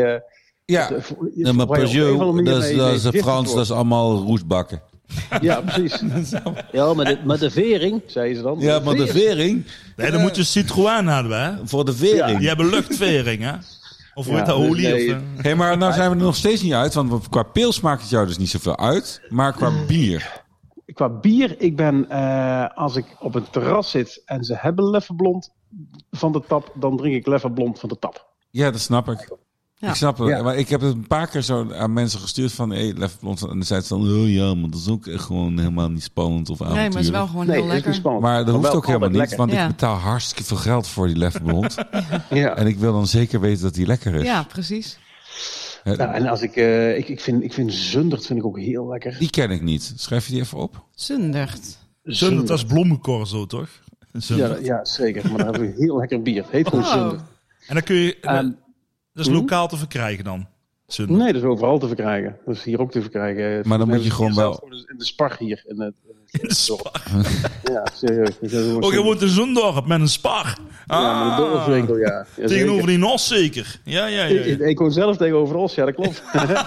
maar Peugeot, dat is Frans, dat is allemaal roestbakken. Ja, precies. Ja, met de vering, zei ze dan. Ja, maar de vering. Nee, dan moet je Citroën hebben, hè? Voor de vering. Die hebben luchtvering, hè? Of hoe heet dat, olie? Hey, maar nou zijn we er nog steeds niet uit, want qua pils maakt het jou dus niet zoveel uit. Maar qua bier. Qua bier, ik ben, als ik op een terras zit en ze hebben Leffe Blond van de tap, dan drink ik Leffe Blond van de tap. Ja, dat snap ik. Ja. Ik snap het. Ja. Maar ik heb het een paar keer zo aan mensen gestuurd van Leffe Blond. En dan zei ze dan, maar dat is ook echt gewoon helemaal niet spannend of avontuurlijk. Nee, maar het is wel gewoon heel lekker. Maar dat hoeft ook helemaal niet, want ik betaal hartstikke veel geld voor die Leffe Blond. En ik wil dan zeker weten dat die lekker is. Ja, precies. En als ik vind Zundert vind ik ook heel lekker. Die ken ik niet. Schrijf je die even op? Zundert, dat is bloemencorso, toch? Ja, zeker. Maar dan hebben we heel lekker bier. Het heet gewoon Zundert. En dan kun je... dat is lokaal te verkrijgen dan? Zundert. Nee, dat is overal te verkrijgen. Dat is hier ook te verkrijgen. Maar dan moet je gewoon wel... In de Spar hier. In de Spar? Ja, serieus. Je woont in Zundorp met een Spar. Ja, met een dorpswinkel, ja. Tegenover die Os zeker? Ja. Ik woon zelf tegenover Os, ja, dat klopt.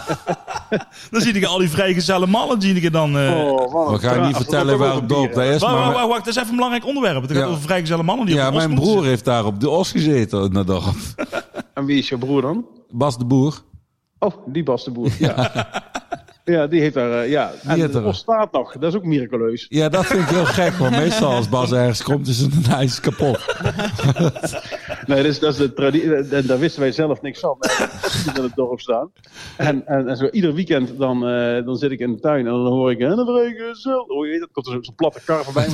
Dan zie ik al die vrijgezelle mannen, zie ik dan... We gaan niet vertellen waar het dorp dat is, maar... Wacht, dat is even een belangrijk onderwerp. Het gaat over vrijgezelle mannen die op de Os mijn broer heeft daar op de Os gezeten in dat dorp. En wie is je broer dan? Bas de Boer. Oh, die Bas de Boer, ja. Ja, die heeft daar... en de Os staat nog. Dat is ook miraculeus. Ja, dat vind ik heel gek. Want meestal als Bas ergens komt, is het ijs kapot. Nee, dat is de traditie. En daar wisten wij zelf niks van. Die in het dorp staan. En zo ieder weekend dan zit ik in de tuin en dan hoor ik... En dan vrijgezel. Oh, je weet, dat komt er zo'n platte kar voorbij.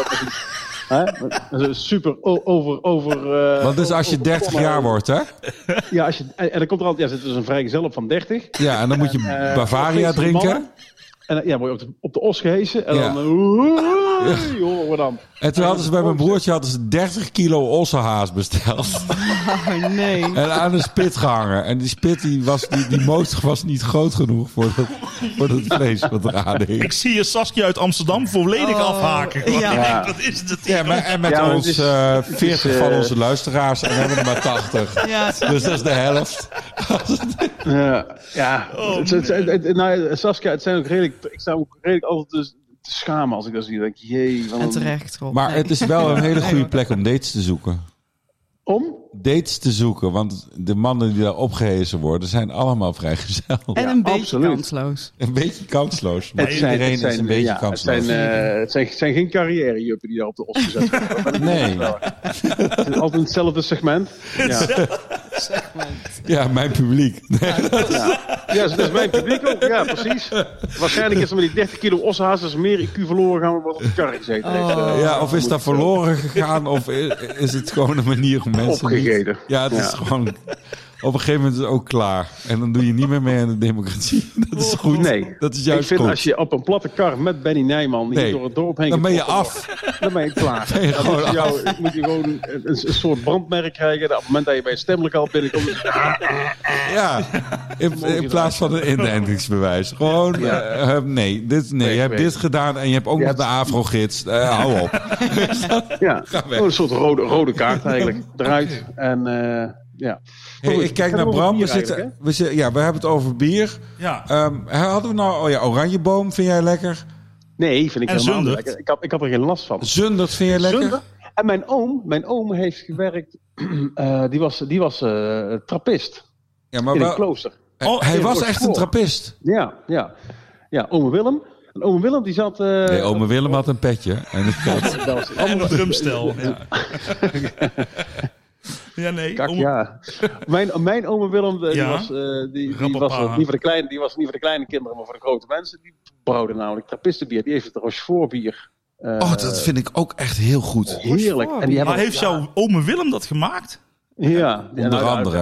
Super over... Want dus als je 30 jaar wordt, hè? Ja, en dan komt er altijd... Ja, zit dus een vrijgezel op van 30. Ja, en dan moet je Bavaria drinken. En word je op de Os gehesen. En dan... Hey, horen we dan. En toen hadden ze bij mijn broertje 30 kilo ossenhaas besteld. Oh, nee. En aan een spit gehangen. En die spit, die motor was niet groot genoeg voor dat vlees wat eraan hing. Ik zie je Saskia uit Amsterdam volledig afhaken. Ja. Wat is het? Ja, en met Ja, ons het is- 40 van onze luisteraars en we hebben er maar 80. Ja, Dus dat is de helft. Saskia, het zijn ook redelijk, ik sta ook redelijk altijd te schamen als ik dat zie. Dan denk ik, jee. En terecht, Rob. Maar Nee. het is wel een hele Nee, goede hoor. plek om dates te zoeken. Om? Dates te zoeken, want de mannen die daar opgehezen worden zijn allemaal vrijgezel. En een beetje absoluut. kansloos. Een beetje kansloos, maar iedereen is een beetje kansloos. Het zijn geen carrièrejuppen die daar op de os gezet worden. Nee. Het is altijd hetzelfde segment. Ja, Ja, mijn publiek. ja dat is mijn publiek ook. Ja, precies. Waarschijnlijk is er met die 30 kilo ossenhaas als er meer IQ verloren gaan wat op de kar gezeten heeft. Ja, of is dat verloren gegaan of is het gewoon een manier om mensen... Opgegeten. Ja, het is gewoon... Op een gegeven moment is het ook klaar. En dan doe je niet meer mee aan de democratie. Dat is goed. Nee, Dat is ik juist vind goed. als je op een platte kar met Benny Nijman hier Nee, door het dorp heen dan ben je getrokken af. wordt, dan ben je klaar. Ben je Dan gewoon moet je gewoon een soort brandmerk krijgen. Dat op het moment dat je bij een stemlokaal binnenkomt. Ja, in plaats van een indentingsbewijs. Gewoon, nee, je hebt dit gedaan en je hebt ook nog de Afro-gids. Hou op. Ja, gewoon een soort rode kaart eigenlijk. Eruit. En ja. Hey, Goed, ik kijk het naar gaat Bram. over We bier zitten, we hebben het over bier. Ja. Hadden we nou... Oranjeboom vind jij lekker? Nee, vind ik En helemaal niet Zundert? lekker. Ik had er geen last van. Zundert vind je lekker? Zundert? En mijn oom heeft gewerkt. Die was trappist Ja, maar in een wel, klooster. hij was echt een trappist. Ja, ome Willem. En ome Willem die zat... Nee, ome Willem had een petje. En dat was En een drumstel. Ja. Ja, nee. Kak, ja. Mijn ome Willem die Ja? was, die Rappapa. was niet voor de kleine, die was niet voor de kleine kinderen, maar voor de grote mensen. Die brouwde namelijk trappistenbier. Die heeft het Rochefort bier. dat vind ik ook echt heel goed. Heerlijk. En die hebben, Maar heeft jouw ome Willem dat gemaakt? Ja, Onder andere.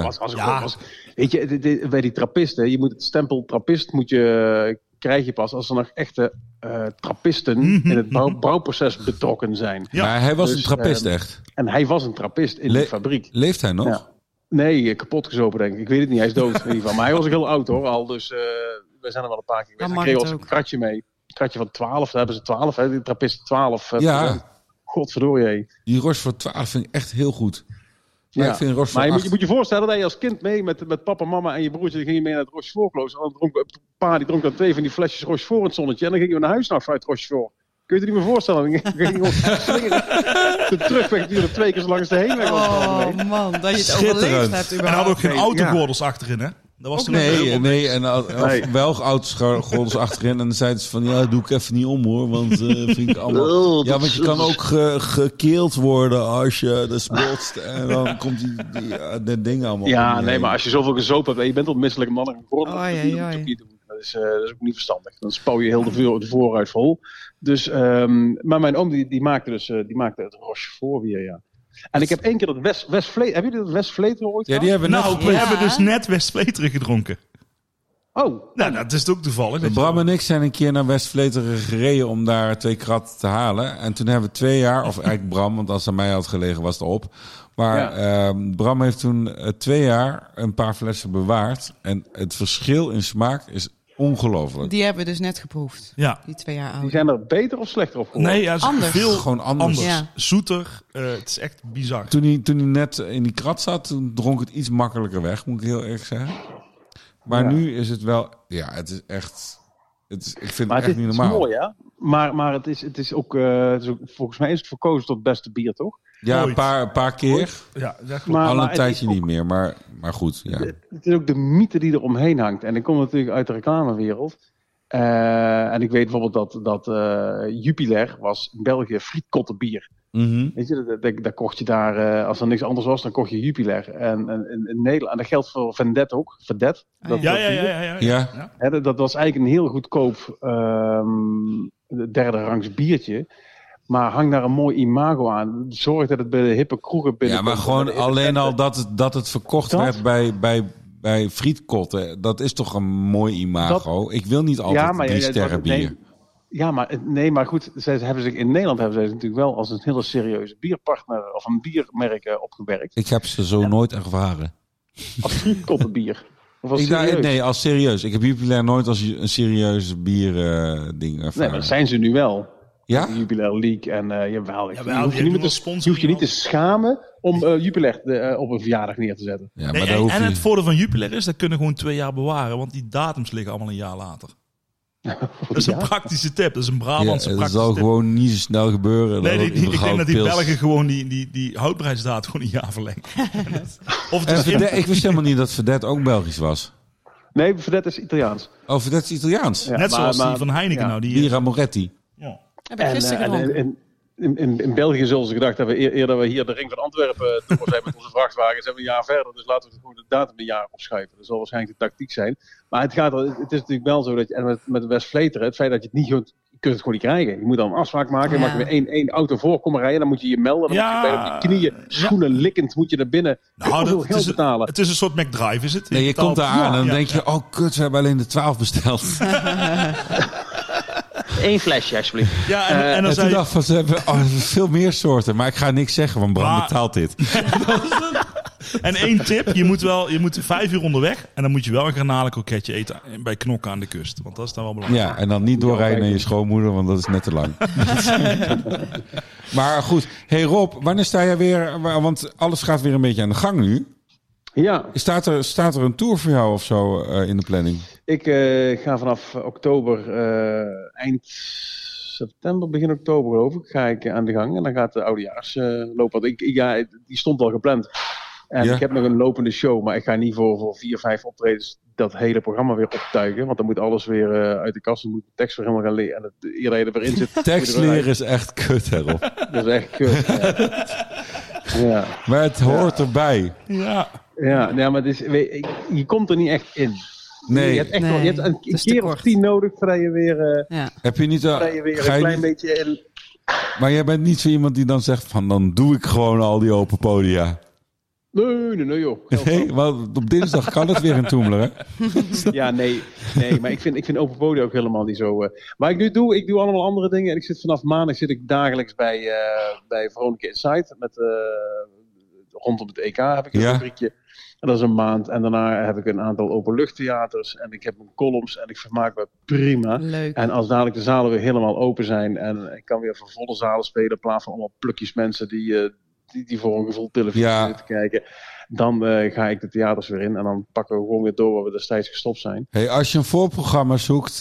Weet je, bij die trappisten, je moet het stempel trappist krijg je pas als er nog echte trappisten in het brouwproces betrokken zijn. Ja. Maar hij was Dus, een trappist echt. En hij was een trappist in de fabriek. Leeft hij nog? Ja. Nee, kapot gezopen denk ik. Ik weet het niet, hij is dood in ieder geval. Maar hij was ook heel oud hoor al, dus we zijn er wel een paar keer geweest. Dan Hij mag kreeg het ons een ook. kratje mee. Een kratje van 12, daar hebben ze 12, hè, die trappisten 12. Ja. Godverdorie. Hé. Die Rochefort 12 vind ik echt heel goed. Maar Ja. ik vind Rochefort Maar je 8... moet je voorstellen dat je als kind mee met papa, mama en je broertje, dan ging je mee naar het Rochefortklooster. En dan pa die dronk dan 2 van die flesjes Rochefort in het zonnetje. En dan ging je naar huis uit Rochefort. Kun je het niet meer voorstellen? Dan ging je gewoon slingeren. De terugweg duurde 2 keer zo lang als de heenweg. Oh man, dat je het Schitterend. overleefd hebt En hij had ook überhaupt. geen autogordels achterin, hè? Dat was toen ook Nee, heel- nee, en wel auto's achterin. En dan zeiden ze van, ja, doe ik even niet om hoor. Want vind ik allemaal... Ja, want je kan ook gekeeld worden als je dus botst. En dan komt die dingen allemaal... Ja, om je nee, heen. maar als je zoveel gezopen hebt en je bent al misselijk man, een gordel, Oei, dat oei, moet je oei. ook niet doen. Dat is ook niet verstandig. Dan spouw je heel de vooruit vol. Dus, maar mijn oom die maakte het Rochefort weer, ja. En ik heb 1 keer dat Westvleteren, heb je dat Westvleteren ooit Ja, die hebben we net Nou, we geproefd. hebben dus net Westvleteren gedronken. Oh, Nou, dat is ook toevallig. dat je- Bram en ik zijn een keer naar Westvleteren gereden om daar 2 kratten te halen. En toen hebben we 2 jaar, of eigenlijk Bram, want als het aan mij had gelegen was het op. Maar Bram heeft toen 2 jaar een paar flessen bewaard. En het verschil in smaak is ongelooflijk. Die hebben we dus net geproefd. Ja. Die 2 jaar die oud. zijn er beter of slechter op geworden? Nee, ja, het is Anders. veel Gewoon anders. Ja. Zoeter. Het is echt bizar. Toen hij net in die krat zat, toen dronk het iets makkelijker weg, moet ik heel eerlijk zeggen. Maar Ja. nu is het wel... Ja, het is echt... ik vind Maar het het echt is, niet het is normaal. mooi, ja. Maar het is ook, volgens mij is het verkozen tot beste bier, toch? Ja, Ooit. een paar keer. Ja, dat klopt. Maar- Al een het is tijdje ook- niet meer, maar goed. Ja. Het is ook de mythe die er omheen hangt. En ik kom natuurlijk uit de reclamewereld. En ik weet bijvoorbeeld dat Jupiler was in België frietkottenbier. Mhm. Weet je, daar kocht je daar, als er niks anders was, dan kocht je Jupiler. En in Nederland, en dat geldt voor Vendet ook. Vendet. Oh, Ja. Ja. Hè, dat was eigenlijk een heel goedkoop derde rangs biertje. Maar hang daar een mooi imago aan. Zorg dat het bij de hippe kroegen Ja, binnenkomt. maar gewoon Bij de alleen al evenementen. dat het verkocht Dat? werd bij frietkotten. Dat is toch een mooi imago. Ik wil niet altijd maar 3 ja, sterren bier. nee. maar goed. In Nederland hebben ze natuurlijk wel als een hele serieuze bierpartner of een biermerk opgewerkt. Ik heb ze zo nooit ervaren. Als fruitkoppenbier. Of als serieus. Nee, als serieus. Ik heb Jupiler nooit als een serieus bier ding ervaren. Nee, maar dat zijn ze nu wel. Ja? De Jupiler League en jawel. je hoeft je niet te schamen om Jupiler op een verjaardag neer te zetten. Ja, Nee, maar daar hoef en je... het voordeel van Jupiler is, dat kunnen gewoon 2 jaar bewaren. Want die datums liggen allemaal een jaar later. Dat is een praktische tip. Dat is een Brabantse dat praktische zal tip. gewoon niet zo snel gebeuren. Nee, ik denk dat die pils... Belgen gewoon die houdbaarheidsdatum gewoon een jaar verlengen. Of het is Ik wist helemaal niet dat Vedette ook Belgisch was. Nee, Vedette is Italiaans. Oh, Vedette is Italiaans. Ja, net zoals die van Heineken ja. nou. Die Bira Moretti. ja. Heb ik gisteren gedronken. In België zullen ze gedacht hebben, eerder we hier de ring van Antwerpen door zijn met onze vrachtwagens, hebben we een jaar verder. Dus laten we gewoon de datum een jaar opschuiven. Dat zal waarschijnlijk de tactiek zijn. Maar het is natuurlijk wel zo dat je, en met West-Vleteren, het feit dat je het niet kunt, je kunt het gewoon niet krijgen. Je moet dan een afspraak maken. Je mag weer één auto voor komen rijden. Dan moet je je melden. Dan moet je bijna op je knieën, schoenen likkend, moet je naar binnen. Nou, veel geld betalen. Het is een soort McDrive, is het? Nee, je komt daar aan en dan Ja, denk je, oh kut, we hebben alleen de 12 besteld. 1 flesje, alsjeblieft. Ja, en dan En zei toen dacht van, ze hebben veel meer soorten. Maar ik ga niks zeggen, want Bram betaalt dit. En 1 tip, je moet 5 uur onderweg. En dan moet je wel een garnalenkroketje eten bij Knokken aan de kust. Want dat is dan wel belangrijk. Ja, en dan niet doorrijden naar je schoonmoeder, want dat is net te lang. Maar goed, hey Rob, wanneer sta jij weer? Want alles gaat weer een beetje aan de gang nu. Ja. Staat er een tour voor jou of zo in de planning? Ik ga vanaf oktober, eind september, begin oktober geloof ik, ga ik aan de gang. En dan gaat de oudejaars lopen. Die stond al gepland. En ik heb nog een lopende show, maar ik ga niet voor 4, 5 optredens dat hele programma weer optuigen. Want dan moet alles weer uit de kast. Dan moet de tekst weer helemaal gaan leren. En eerder je erin zit. Tekst leren is echt kut, hè Rob? Dat is echt kut. Ja. Maar het hoort erbij. Ja, maar het is, je komt er niet echt in. Nee. Je hebt een keer of 10 nodig voordat je weer, Heb je niet een klein beetje in... Maar jij bent niet zo iemand die dan zegt van, dan doe ik gewoon al die open podia. Nee joh. Nee, want op dinsdag kan het weer in Toemler, hè? Ja, nee, maar ik vind open podia ook helemaal niet zo... Maar ik doe allemaal andere dingen. En ik zit vanaf maandag dagelijks bij Veronica Insight. Rondom het EK heb ik een fabriekje. En dat is een maand. En daarna heb ik een aantal openluchttheaters. En ik heb mijn columns. En ik vermaak me prima. Leuk. En als dadelijk de zalen weer helemaal open zijn. En ik kan weer voor volle zalen spelen. In plaats van allemaal plukjes mensen die voor een gevoel televisie zitten te kijken. Dan ga ik de theaters weer in. En dan pakken we gewoon weer door waar we destijds gestopt zijn. Hey, als je een voorprogramma zoekt...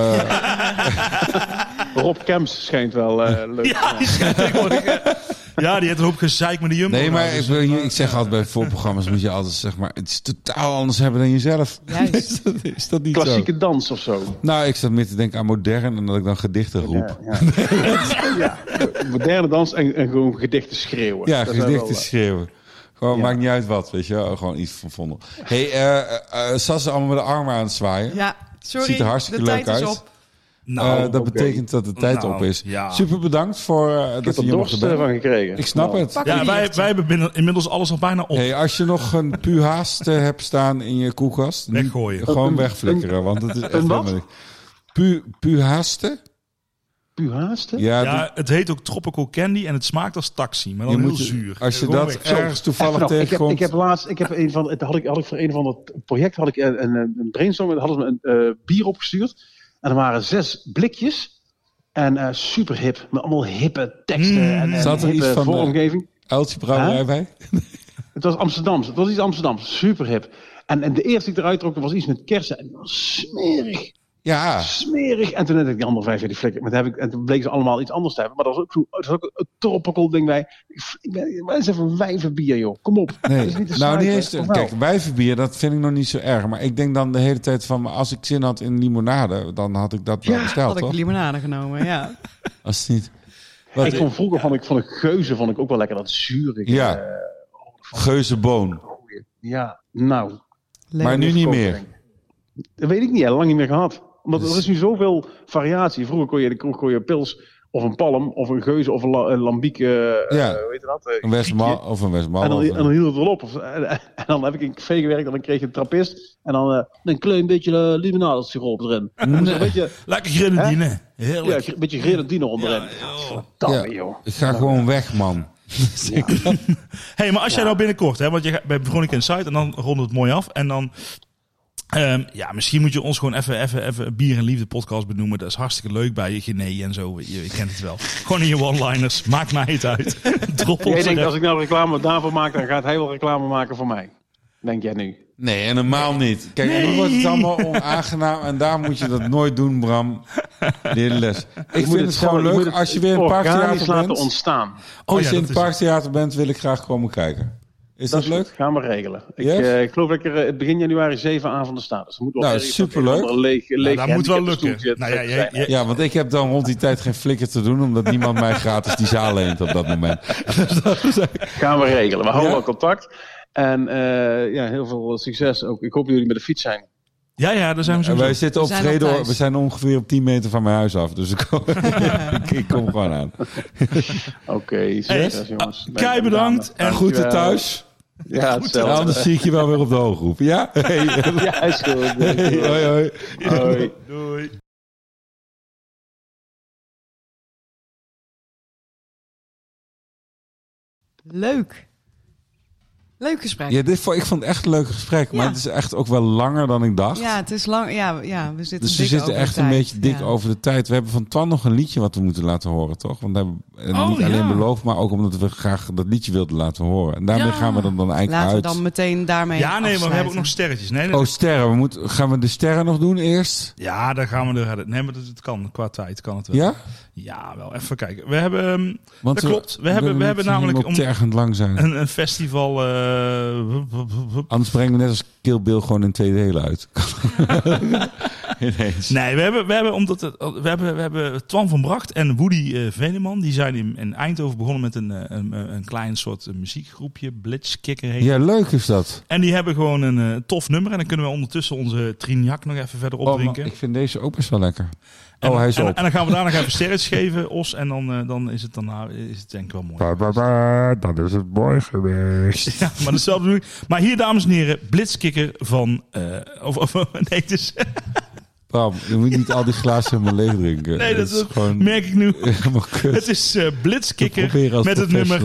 Rob Kemps schijnt wel leuk. Ja, die schijnt tegenwoordig... Ja, die heeft een hoop gezeik met de Jumbo. Nee, maar ik zeg altijd bij voorprogramma's moet je altijd zeg maar iets totaal anders hebben dan jezelf. Juist. Is dat niet Klassieke zo? dans of zo. Nou, ik zat meer te denken aan modern en dat ik dan gedichten roep. Ja. Moderne dans en gewoon gedichten schreeuwen. Ja, dat gedichten schreeuwen. Gewoon, maakt niet uit wat, weet je wel. Gewoon iets van Vondel. Hey, Sas is allemaal met de armen aan het zwaaien. Ja, sorry. Ziet er hartstikke de leuk tijd is uit. op. Dat betekent dat de tijd op is. Ja. Super bedankt voor dat je hier mocht van gekregen. Ik snap het. Ja, wij hebben inmiddels alles al bijna op. Hey, als je nog een puhaast hebt staan in je koelkast, weggooien. Gewoon wegflikkeren, want het is echt helemaal niks. Puhaaste? Puhaaste? Ja, het heet ook Tropical Candy en het smaakt als taxi, maar dan heel zuur. Als je dat ergens toevallig tegenkomt... Ik heb een van... Had ik voor een van het project had ik een brainstorm. Hadden ze me een bier opgestuurd. En er waren 6 blikjes. En super hip. Met allemaal hippe teksten. En zat er hippe iets van vormgeving. Uiltje Brouwerij bij? Het was Amsterdams. Het was iets Amsterdams. Super hip. En de eerste die ik eruit trok was iets met kersen. En dat was smerig. Ja. Smerig. En toen had ik die andere 5 die flikker. En toen bleken ze allemaal iets anders te hebben. Maar dat was ook een tropical ding bij. Wat is even een wijvenbier, joh. Kom op. Nee. Dat is niet Nou, niet eens. Kijk, wijvenbier, dat vind ik nog niet zo erg. Maar ik denk dan de hele tijd van... Als ik zin had in limonade, dan had ik dat wel besteld, had ik limonade genomen, ja. Als het niet... Vroeger vond ik geuzen ook wel lekker. Dat zurige. Ja. Geuzenboon. Ja, nou. Maar nu niet meer. Dat weet ik niet. Lang niet meer gehad. Omdat er is nu zoveel variatie. Vroeger kon je pils of een palm, of een geuze, of een lambiek. Hoe heet dat? Een Westmal of een Westmal. En dan hield het wel op. En dan heb ik in een café gewerkt en dan kreeg je een trappist. En dan een klein beetje limonadesiroop erin. Dus een beetje, Lekker grenadine. Heerlijk. ja, een beetje grenadine onderin. Joh. Ik ga gewoon weg, man. Hey, maar als jij nou binnenkort, hè, want je bij Veronica Inside en dan ronden we het mooi af. En dan, misschien moet je ons gewoon even Bier en Liefde podcast benoemen. Dat is hartstikke leuk bij je Gené en zo. Je kent het wel. Gewoon in je one-liners. Maakt mij het uit. Drop ons. Jij denkt, als ik nou reclame daarvoor maak, dan gaat hij wel reclame maken voor mij. Denk jij nu? Nee, en normaal niet. Kijk, en dan wordt het allemaal onaangenaam. En daar moet je dat nooit doen, Bram. Leer de les. Ik vind het gewoon leuk als je weer in het Parktheater laten bent. ontstaan. Als je in het Parktheater bent, wil ik graag komen kijken. Is dat leuk? Goed. Gaan we regelen. Yes? Ik geloof dat ik er begin januari 7 avonden sta. Dus moet wel superleuk. Leeg dat moet wel lukken. Ja, want ik heb dan rond die tijd geen flikker te doen, omdat niemand mij gratis die zaal leent op dat moment. Gaan we regelen. We houden wel contact. En heel veel succes ook. Ik hoop dat jullie met de fiets zijn. Ja, daar zijn we zo. Wij zitten op Vredo. We zijn ongeveer op 10 meter van mijn huis af. Dus ik kom gewoon aan. Oké, succes jongens. Kei bedankt. En groeten thuis. Ja, hetzelfde. Anders zie ik je wel weer op de hooggroep. Ja? Hey. Ja, is goed. Hoi. Hoi. Doei. Leuk. Leuk gesprek. Ja, ik vond het echt een leuk gesprek. Maar het is echt ook wel langer dan ik dacht. Ja, het is lang. Ja, we zitten dus we zitten echt een beetje dik over de tijd. We hebben van Twan nog een liedje wat we moeten laten horen, toch? Want we hebben niet alleen beloofd, maar ook omdat we graag dat liedje wilden laten horen. En daarmee gaan we dan eigenlijk laten uit. we dan meteen daarmee maar we hebben ook nog sterretjes. Nee. Sterren. Gaan we de sterren nog doen eerst? Ja, daar gaan we er. Nee, maar het kan. Qua tijd kan het wel. Ja? Ja, wel. Even kijken. We hebben... Want dat klopt. We hebben namelijk... tergend lang zijn. Een festival... Anders brengen we net als Kill Bill gewoon in 2 delen uit. Ineens. Nee, we hebben Twan van Bracht en Woody Veneman. Die zijn in Eindhoven begonnen met een klein soort muziekgroepje. Blitzkikker heet. Ja, leuk is dat. En die hebben gewoon een tof nummer. En dan kunnen we ondertussen onze Trignac nog even verder opdrinken. Ik vind deze ook best wel lekker. Hij is op. En dan gaan we daar nog even sterretjes geven, Os. En dan is het denk ik wel mooi. Dan is het mooi geweest. Ja, maar hetzelfde doe ik. Maar hier, dames en heren, Blitzkikker van... nee, het is... Bram, je moet niet al die glazen helemaal leeg drinken. Nee, dat gewoon... merk ik nu. Het is Blitzkikker met het nummer...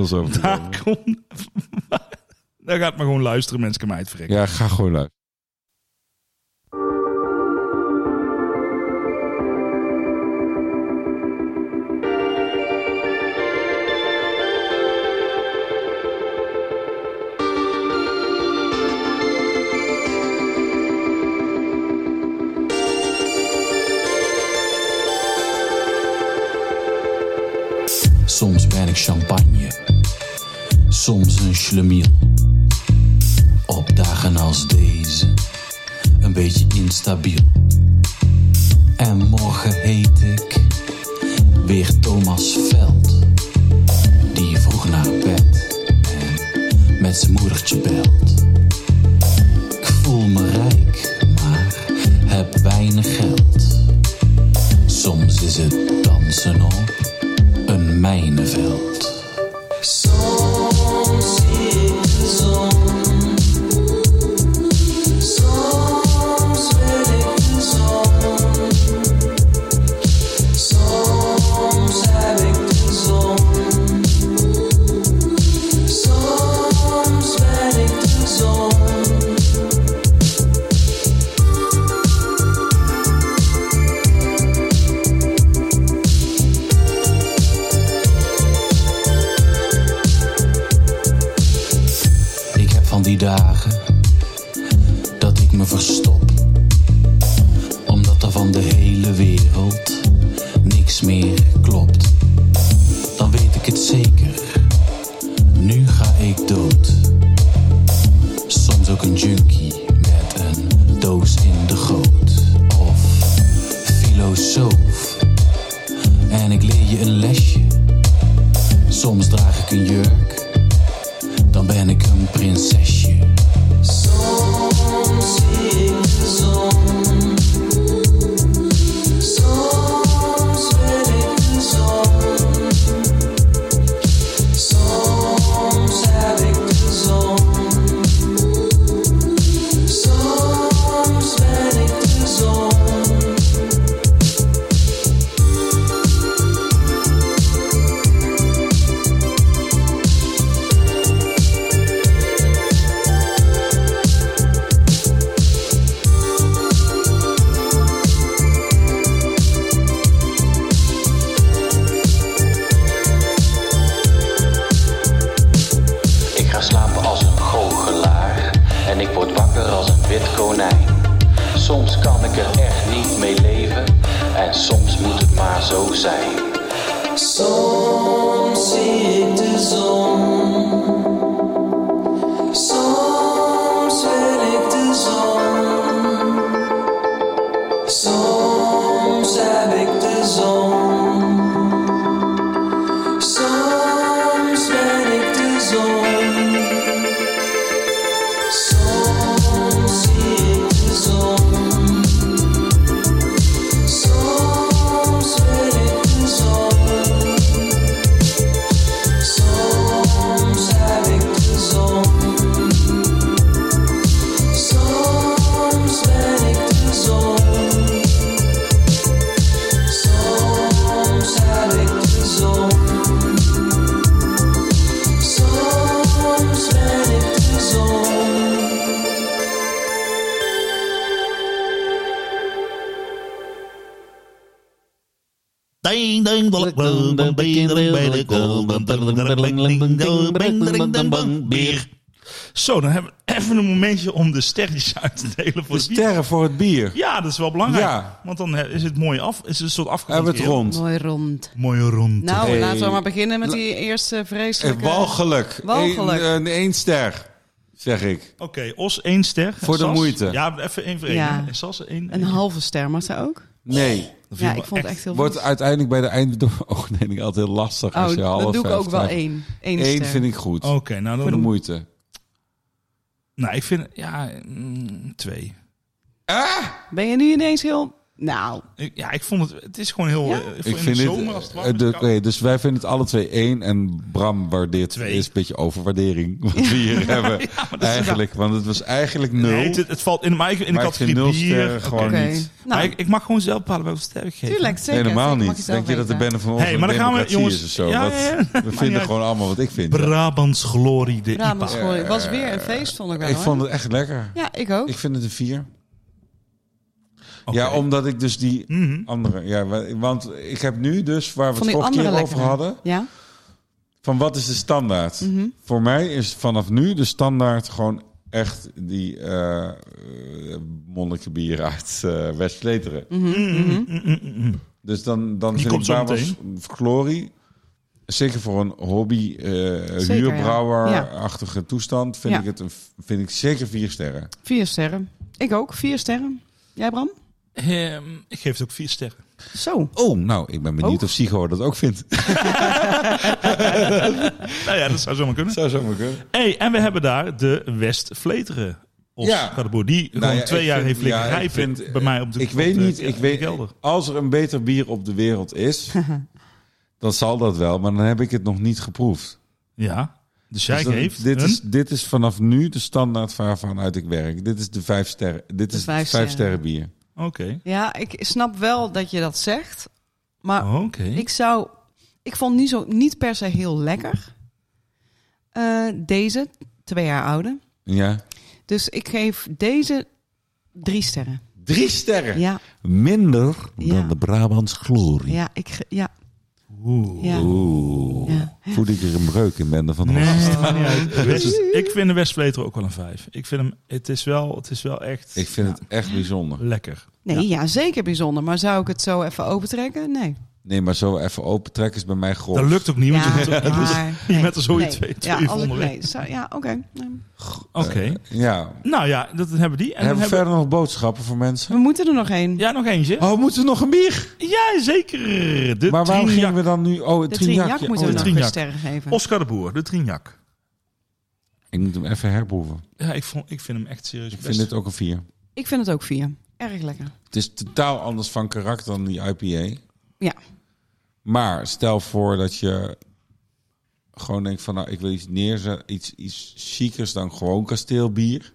Daar gaat maar gewoon luisteren, mensen kan mij het verrekken. Ja, ga gewoon luisteren. Soms ben ik champagne, soms een schlemiel. Op dagen als deze, een beetje instabiel. En morgen heet ik weer Thomas Veld. Die vroeg naar bed en met zijn moedertje belt. Ik voel me rijk, maar heb weinig geld. Soms is het dansen op een mijnenveld. Soms zie ik de zon, soms wil ik de zon, soms heb ik de zon, soms ben ik de zon. Die dagen dat ik me verstop, omdat er van de hele wereld niks meer klopt. Dan weet ik het zeker, nu ga ik dood. Soms ook een junkie met een doos in de goot. Of filosoof en ik leer je een lesje. Soms draag ik een jurk, dan ben ik een prinsesje. Soms zie ik de zon, soms wil ik de zon, zijn. Soms zie ik de zon. Soms wil ik de zon. Soms heb ik de zon. Soms ben ik de zon. Soms zie ik de zon. Soms wil ik de zon. Soms heb ik de zon. Soms ben ik de zon. Soms heb ik de zon. Soms ben ik de zon. Ding ding bier. Zo, dan hebben we even een momentje om de sterretjes uit te delen voor De het bier. sterren voor het bier. Ja, dat is wel belangrijk. Ja. Want dan is het mooi af. Is het een soort afgerond. Hebben we het rond. Mooi rond. Mooi rond. Nou, Hey. laten we maar beginnen met die eerste vreselijke... Walgelijk. Walgelijk. Eén ster, zeg ik. Oké, Os 1 ster. Voor de Sas? moeite. Ja, even één voor één. Ja. hè. Sas 1. Een halve ster, mag dat ook? Nee. Ja, ik vond het echt heel Wordt goed. uiteindelijk bij de eindooordening altijd heel lastig als je half dan doe ik vijf ook wel staat. 1. 1 Eén ster. vind ik goed. Oké, nou Voor de dan... moeite. Nou, ik vind... Ja, 2. Ben je nu ineens heel... Nou, Ja, ik vond het... Het is gewoon heel... Ja? in Ik de vind zomer als het warm is, koud. Oké, dus wij vinden het alle twee 1 en Bram waardeert 2. is een beetje overwaardering wat we hier hebben. Eigenlijk, want het was eigenlijk 0. Nee, het valt in de maar ik vind categorie 0 bier. sterren gewoon oké. niet. Maar Nou, ik mag gewoon zelf bepalen welke sterren ik geef. tuurlijk, zeker. Helemaal zeker, mag niet. zelf Denk je dat de weten. bende van ons Hey, maar dan gaan we, democratie jongens... is of zo? Ja, Wat- ja, we Maakt vinden niet gewoon allemaal wat ik vind. Brabants glorie, de Brabants IPA. Glorie. Was weer een feest, vond ik wel. Ik hoor. vond het echt lekker. Ja, ik ook. Ik vind het een 4. Oké. Ja, omdat ik dus die Mhm. andere... Ja, want ik heb nu dus, waar we Van het die vorige andere keer over lekkere. hadden... Ja? Van wat is de standaard? Mhm. Voor mij is vanaf nu de standaard gewoon echt die monniken bier uit West-Vleteren. Dus dan Die vind komt ik zo Brabants Glorie, zeker voor een hobby Zeker, huurbrouwer-achtige toestand, vind Ja. ik het vind ik zeker 4 sterren. 4 sterren. Ik ook, 4 sterren. Jij, Bram? Ik geef het ook 4 sterren. Zo. Oh, nou, ik ben benieuwd Oh. of Sigo dat ook vindt. Nou ja, dat zou zomaar kunnen. Zou zo maar kunnen. Hey, en we hebben daar de West-Vleteren. Ja. Die Nou gewoon ja, 2 ik jaar vind- heeft liggen ja, ik rijpen vind- bij mij op de Ik weet niet, ik weet, kelder. als er een beter bier op de wereld is, dan zal dat wel, maar dan heb ik het nog niet geproefd. Ja, dus jij Dus dan- geeft dit is vanaf nu de standaard waarvanuit ik werk. Dit is de 5 sterren. Dit is 5 sterren. sterren bier. Oké. Ja, ik snap wel dat je dat zegt. Maar Oké. ik vond niet per se heel lekker. Deze, 2 jaar oude. Ja. Dus ik geef deze 3 sterren. 3 sterren. Ja, Minder Ja. dan de Brabants Glorie. ja, ja. Oeh. Ja. Oeh. Ja. Voel ik er een breuk in bende van de Nee, gast. het maakt niet uit. Ik vind de West-Vleteren ook wel een 5. Ik vind hem, het is wel echt Ik vind het echt bijzonder. lekker. Nee, ja, zeker bijzonder. Maar zou ik het zo even opentrekken? Nee. Nee, maar zo even open trekken is bij mij grof. Dat lukt ook niet, want Ja, je moet maar... je met er zo je nee. twee Ja, als ik... onderweg. Nee, ja, oké. Nee. Oké. Ja. Nou ja, dat hebben we die. En Hebben dan we verder nog boodschappen voor mensen? We moeten er nog één. Ja, nog eentje. Oh, moeten we nog een bier? Ja, zeker. De Maar waarom Trignac. gingen we dan nu... Oh, het De Trignac. Trignac Ja, moeten we oh, nog Trignac. een sterren geven. Oscar de Boer, de Trignac. Ik moet hem even herproeven. Ja, ik vind hem echt serieus Ik best. vind dit ook een 4. Ik vind het ook 4. Erg lekker. Het is totaal anders van karakter dan die IPA. Ja. Maar stel voor dat je gewoon denkt van... Nou, ik wil iets neerzetten, iets chicers dan gewoon kasteelbier.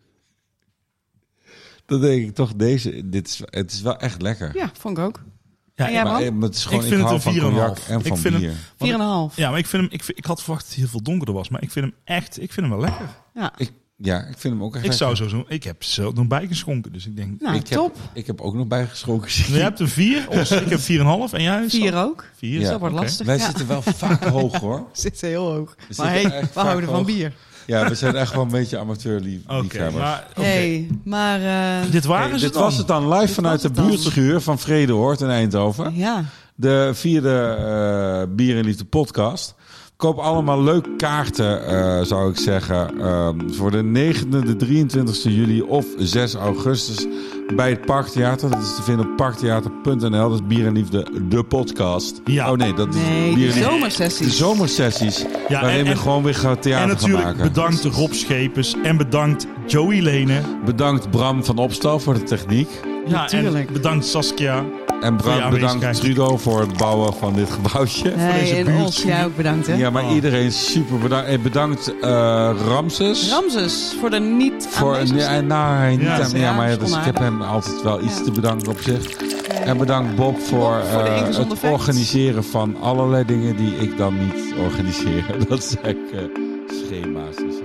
Dan denk ik toch, het is wel echt lekker. Ja, vond ik ook. Ja, En jij, Maar Bram? het is gewoon, Ik ik, vind hou het een van cognac 4,5. en Ik van vind hem- bier. 4,5. Ja, maar ik had verwacht dat hij heel veel donkerder was. Maar ik vind hem wel lekker. Ik vind hem ook echt Ik zou lekker. zo ik heb zelf nog bijgeschonken. Dus ik denk... Nou, top. Ik heb ook nog bijgeschonken. Je hebt een 4. Ik heb 4,5. En jij? 4 ook. 4. Ja. Dat wordt Oké. lastig. Wij ja. zitten wel vaak hoog, hoor. Zit heel hoog. Maar zitten hey, echt we vaak houden van hoog. bier. Ja, we zijn echt wel een beetje Oké, amateurliefhebbers. maar... oké. Hey, maar... Dit waren ze Dit dan. was het dan live vanuit de was het dan. buurtschuur van Vredehoort in Eindhoven. ja. de 4e Bier en Liefde podcast. Koop allemaal leuke kaarten, zou ik zeggen. Voor de 9e, de 23e juli of 6 augustus bij het Parktheater. Dat is te vinden op parktheater.nl. Dat is Bier en Liefde, de podcast. Ja. Oh nee, dat is de zomersessies. De zomersessies, Ja, waarin we gewoon weer gaan theater en gaan natuurlijk maken. bedankt Rob Schepers en bedankt Joey Lene. Bedankt Bram van Opstal voor de techniek. Ja, Natuurlijk. en bedankt Saskia. En Voor je bedankt aanwezigheid. Trudeau voor het bouwen van dit gebouwtje. Hey, en ons, jij ook bedankt, hè? Ja, maar iedereen super bedankt. En bedankt Ramses. Ramses, voor de niet Voor aanwezigheid. maar Ja, dus ik heb hem altijd wel iets te bedanken op zich. En bedankt Bob voor voor de ingezonde het facts. organiseren van allerlei dingen die ik dan niet organiseer. Dat zijn schema's.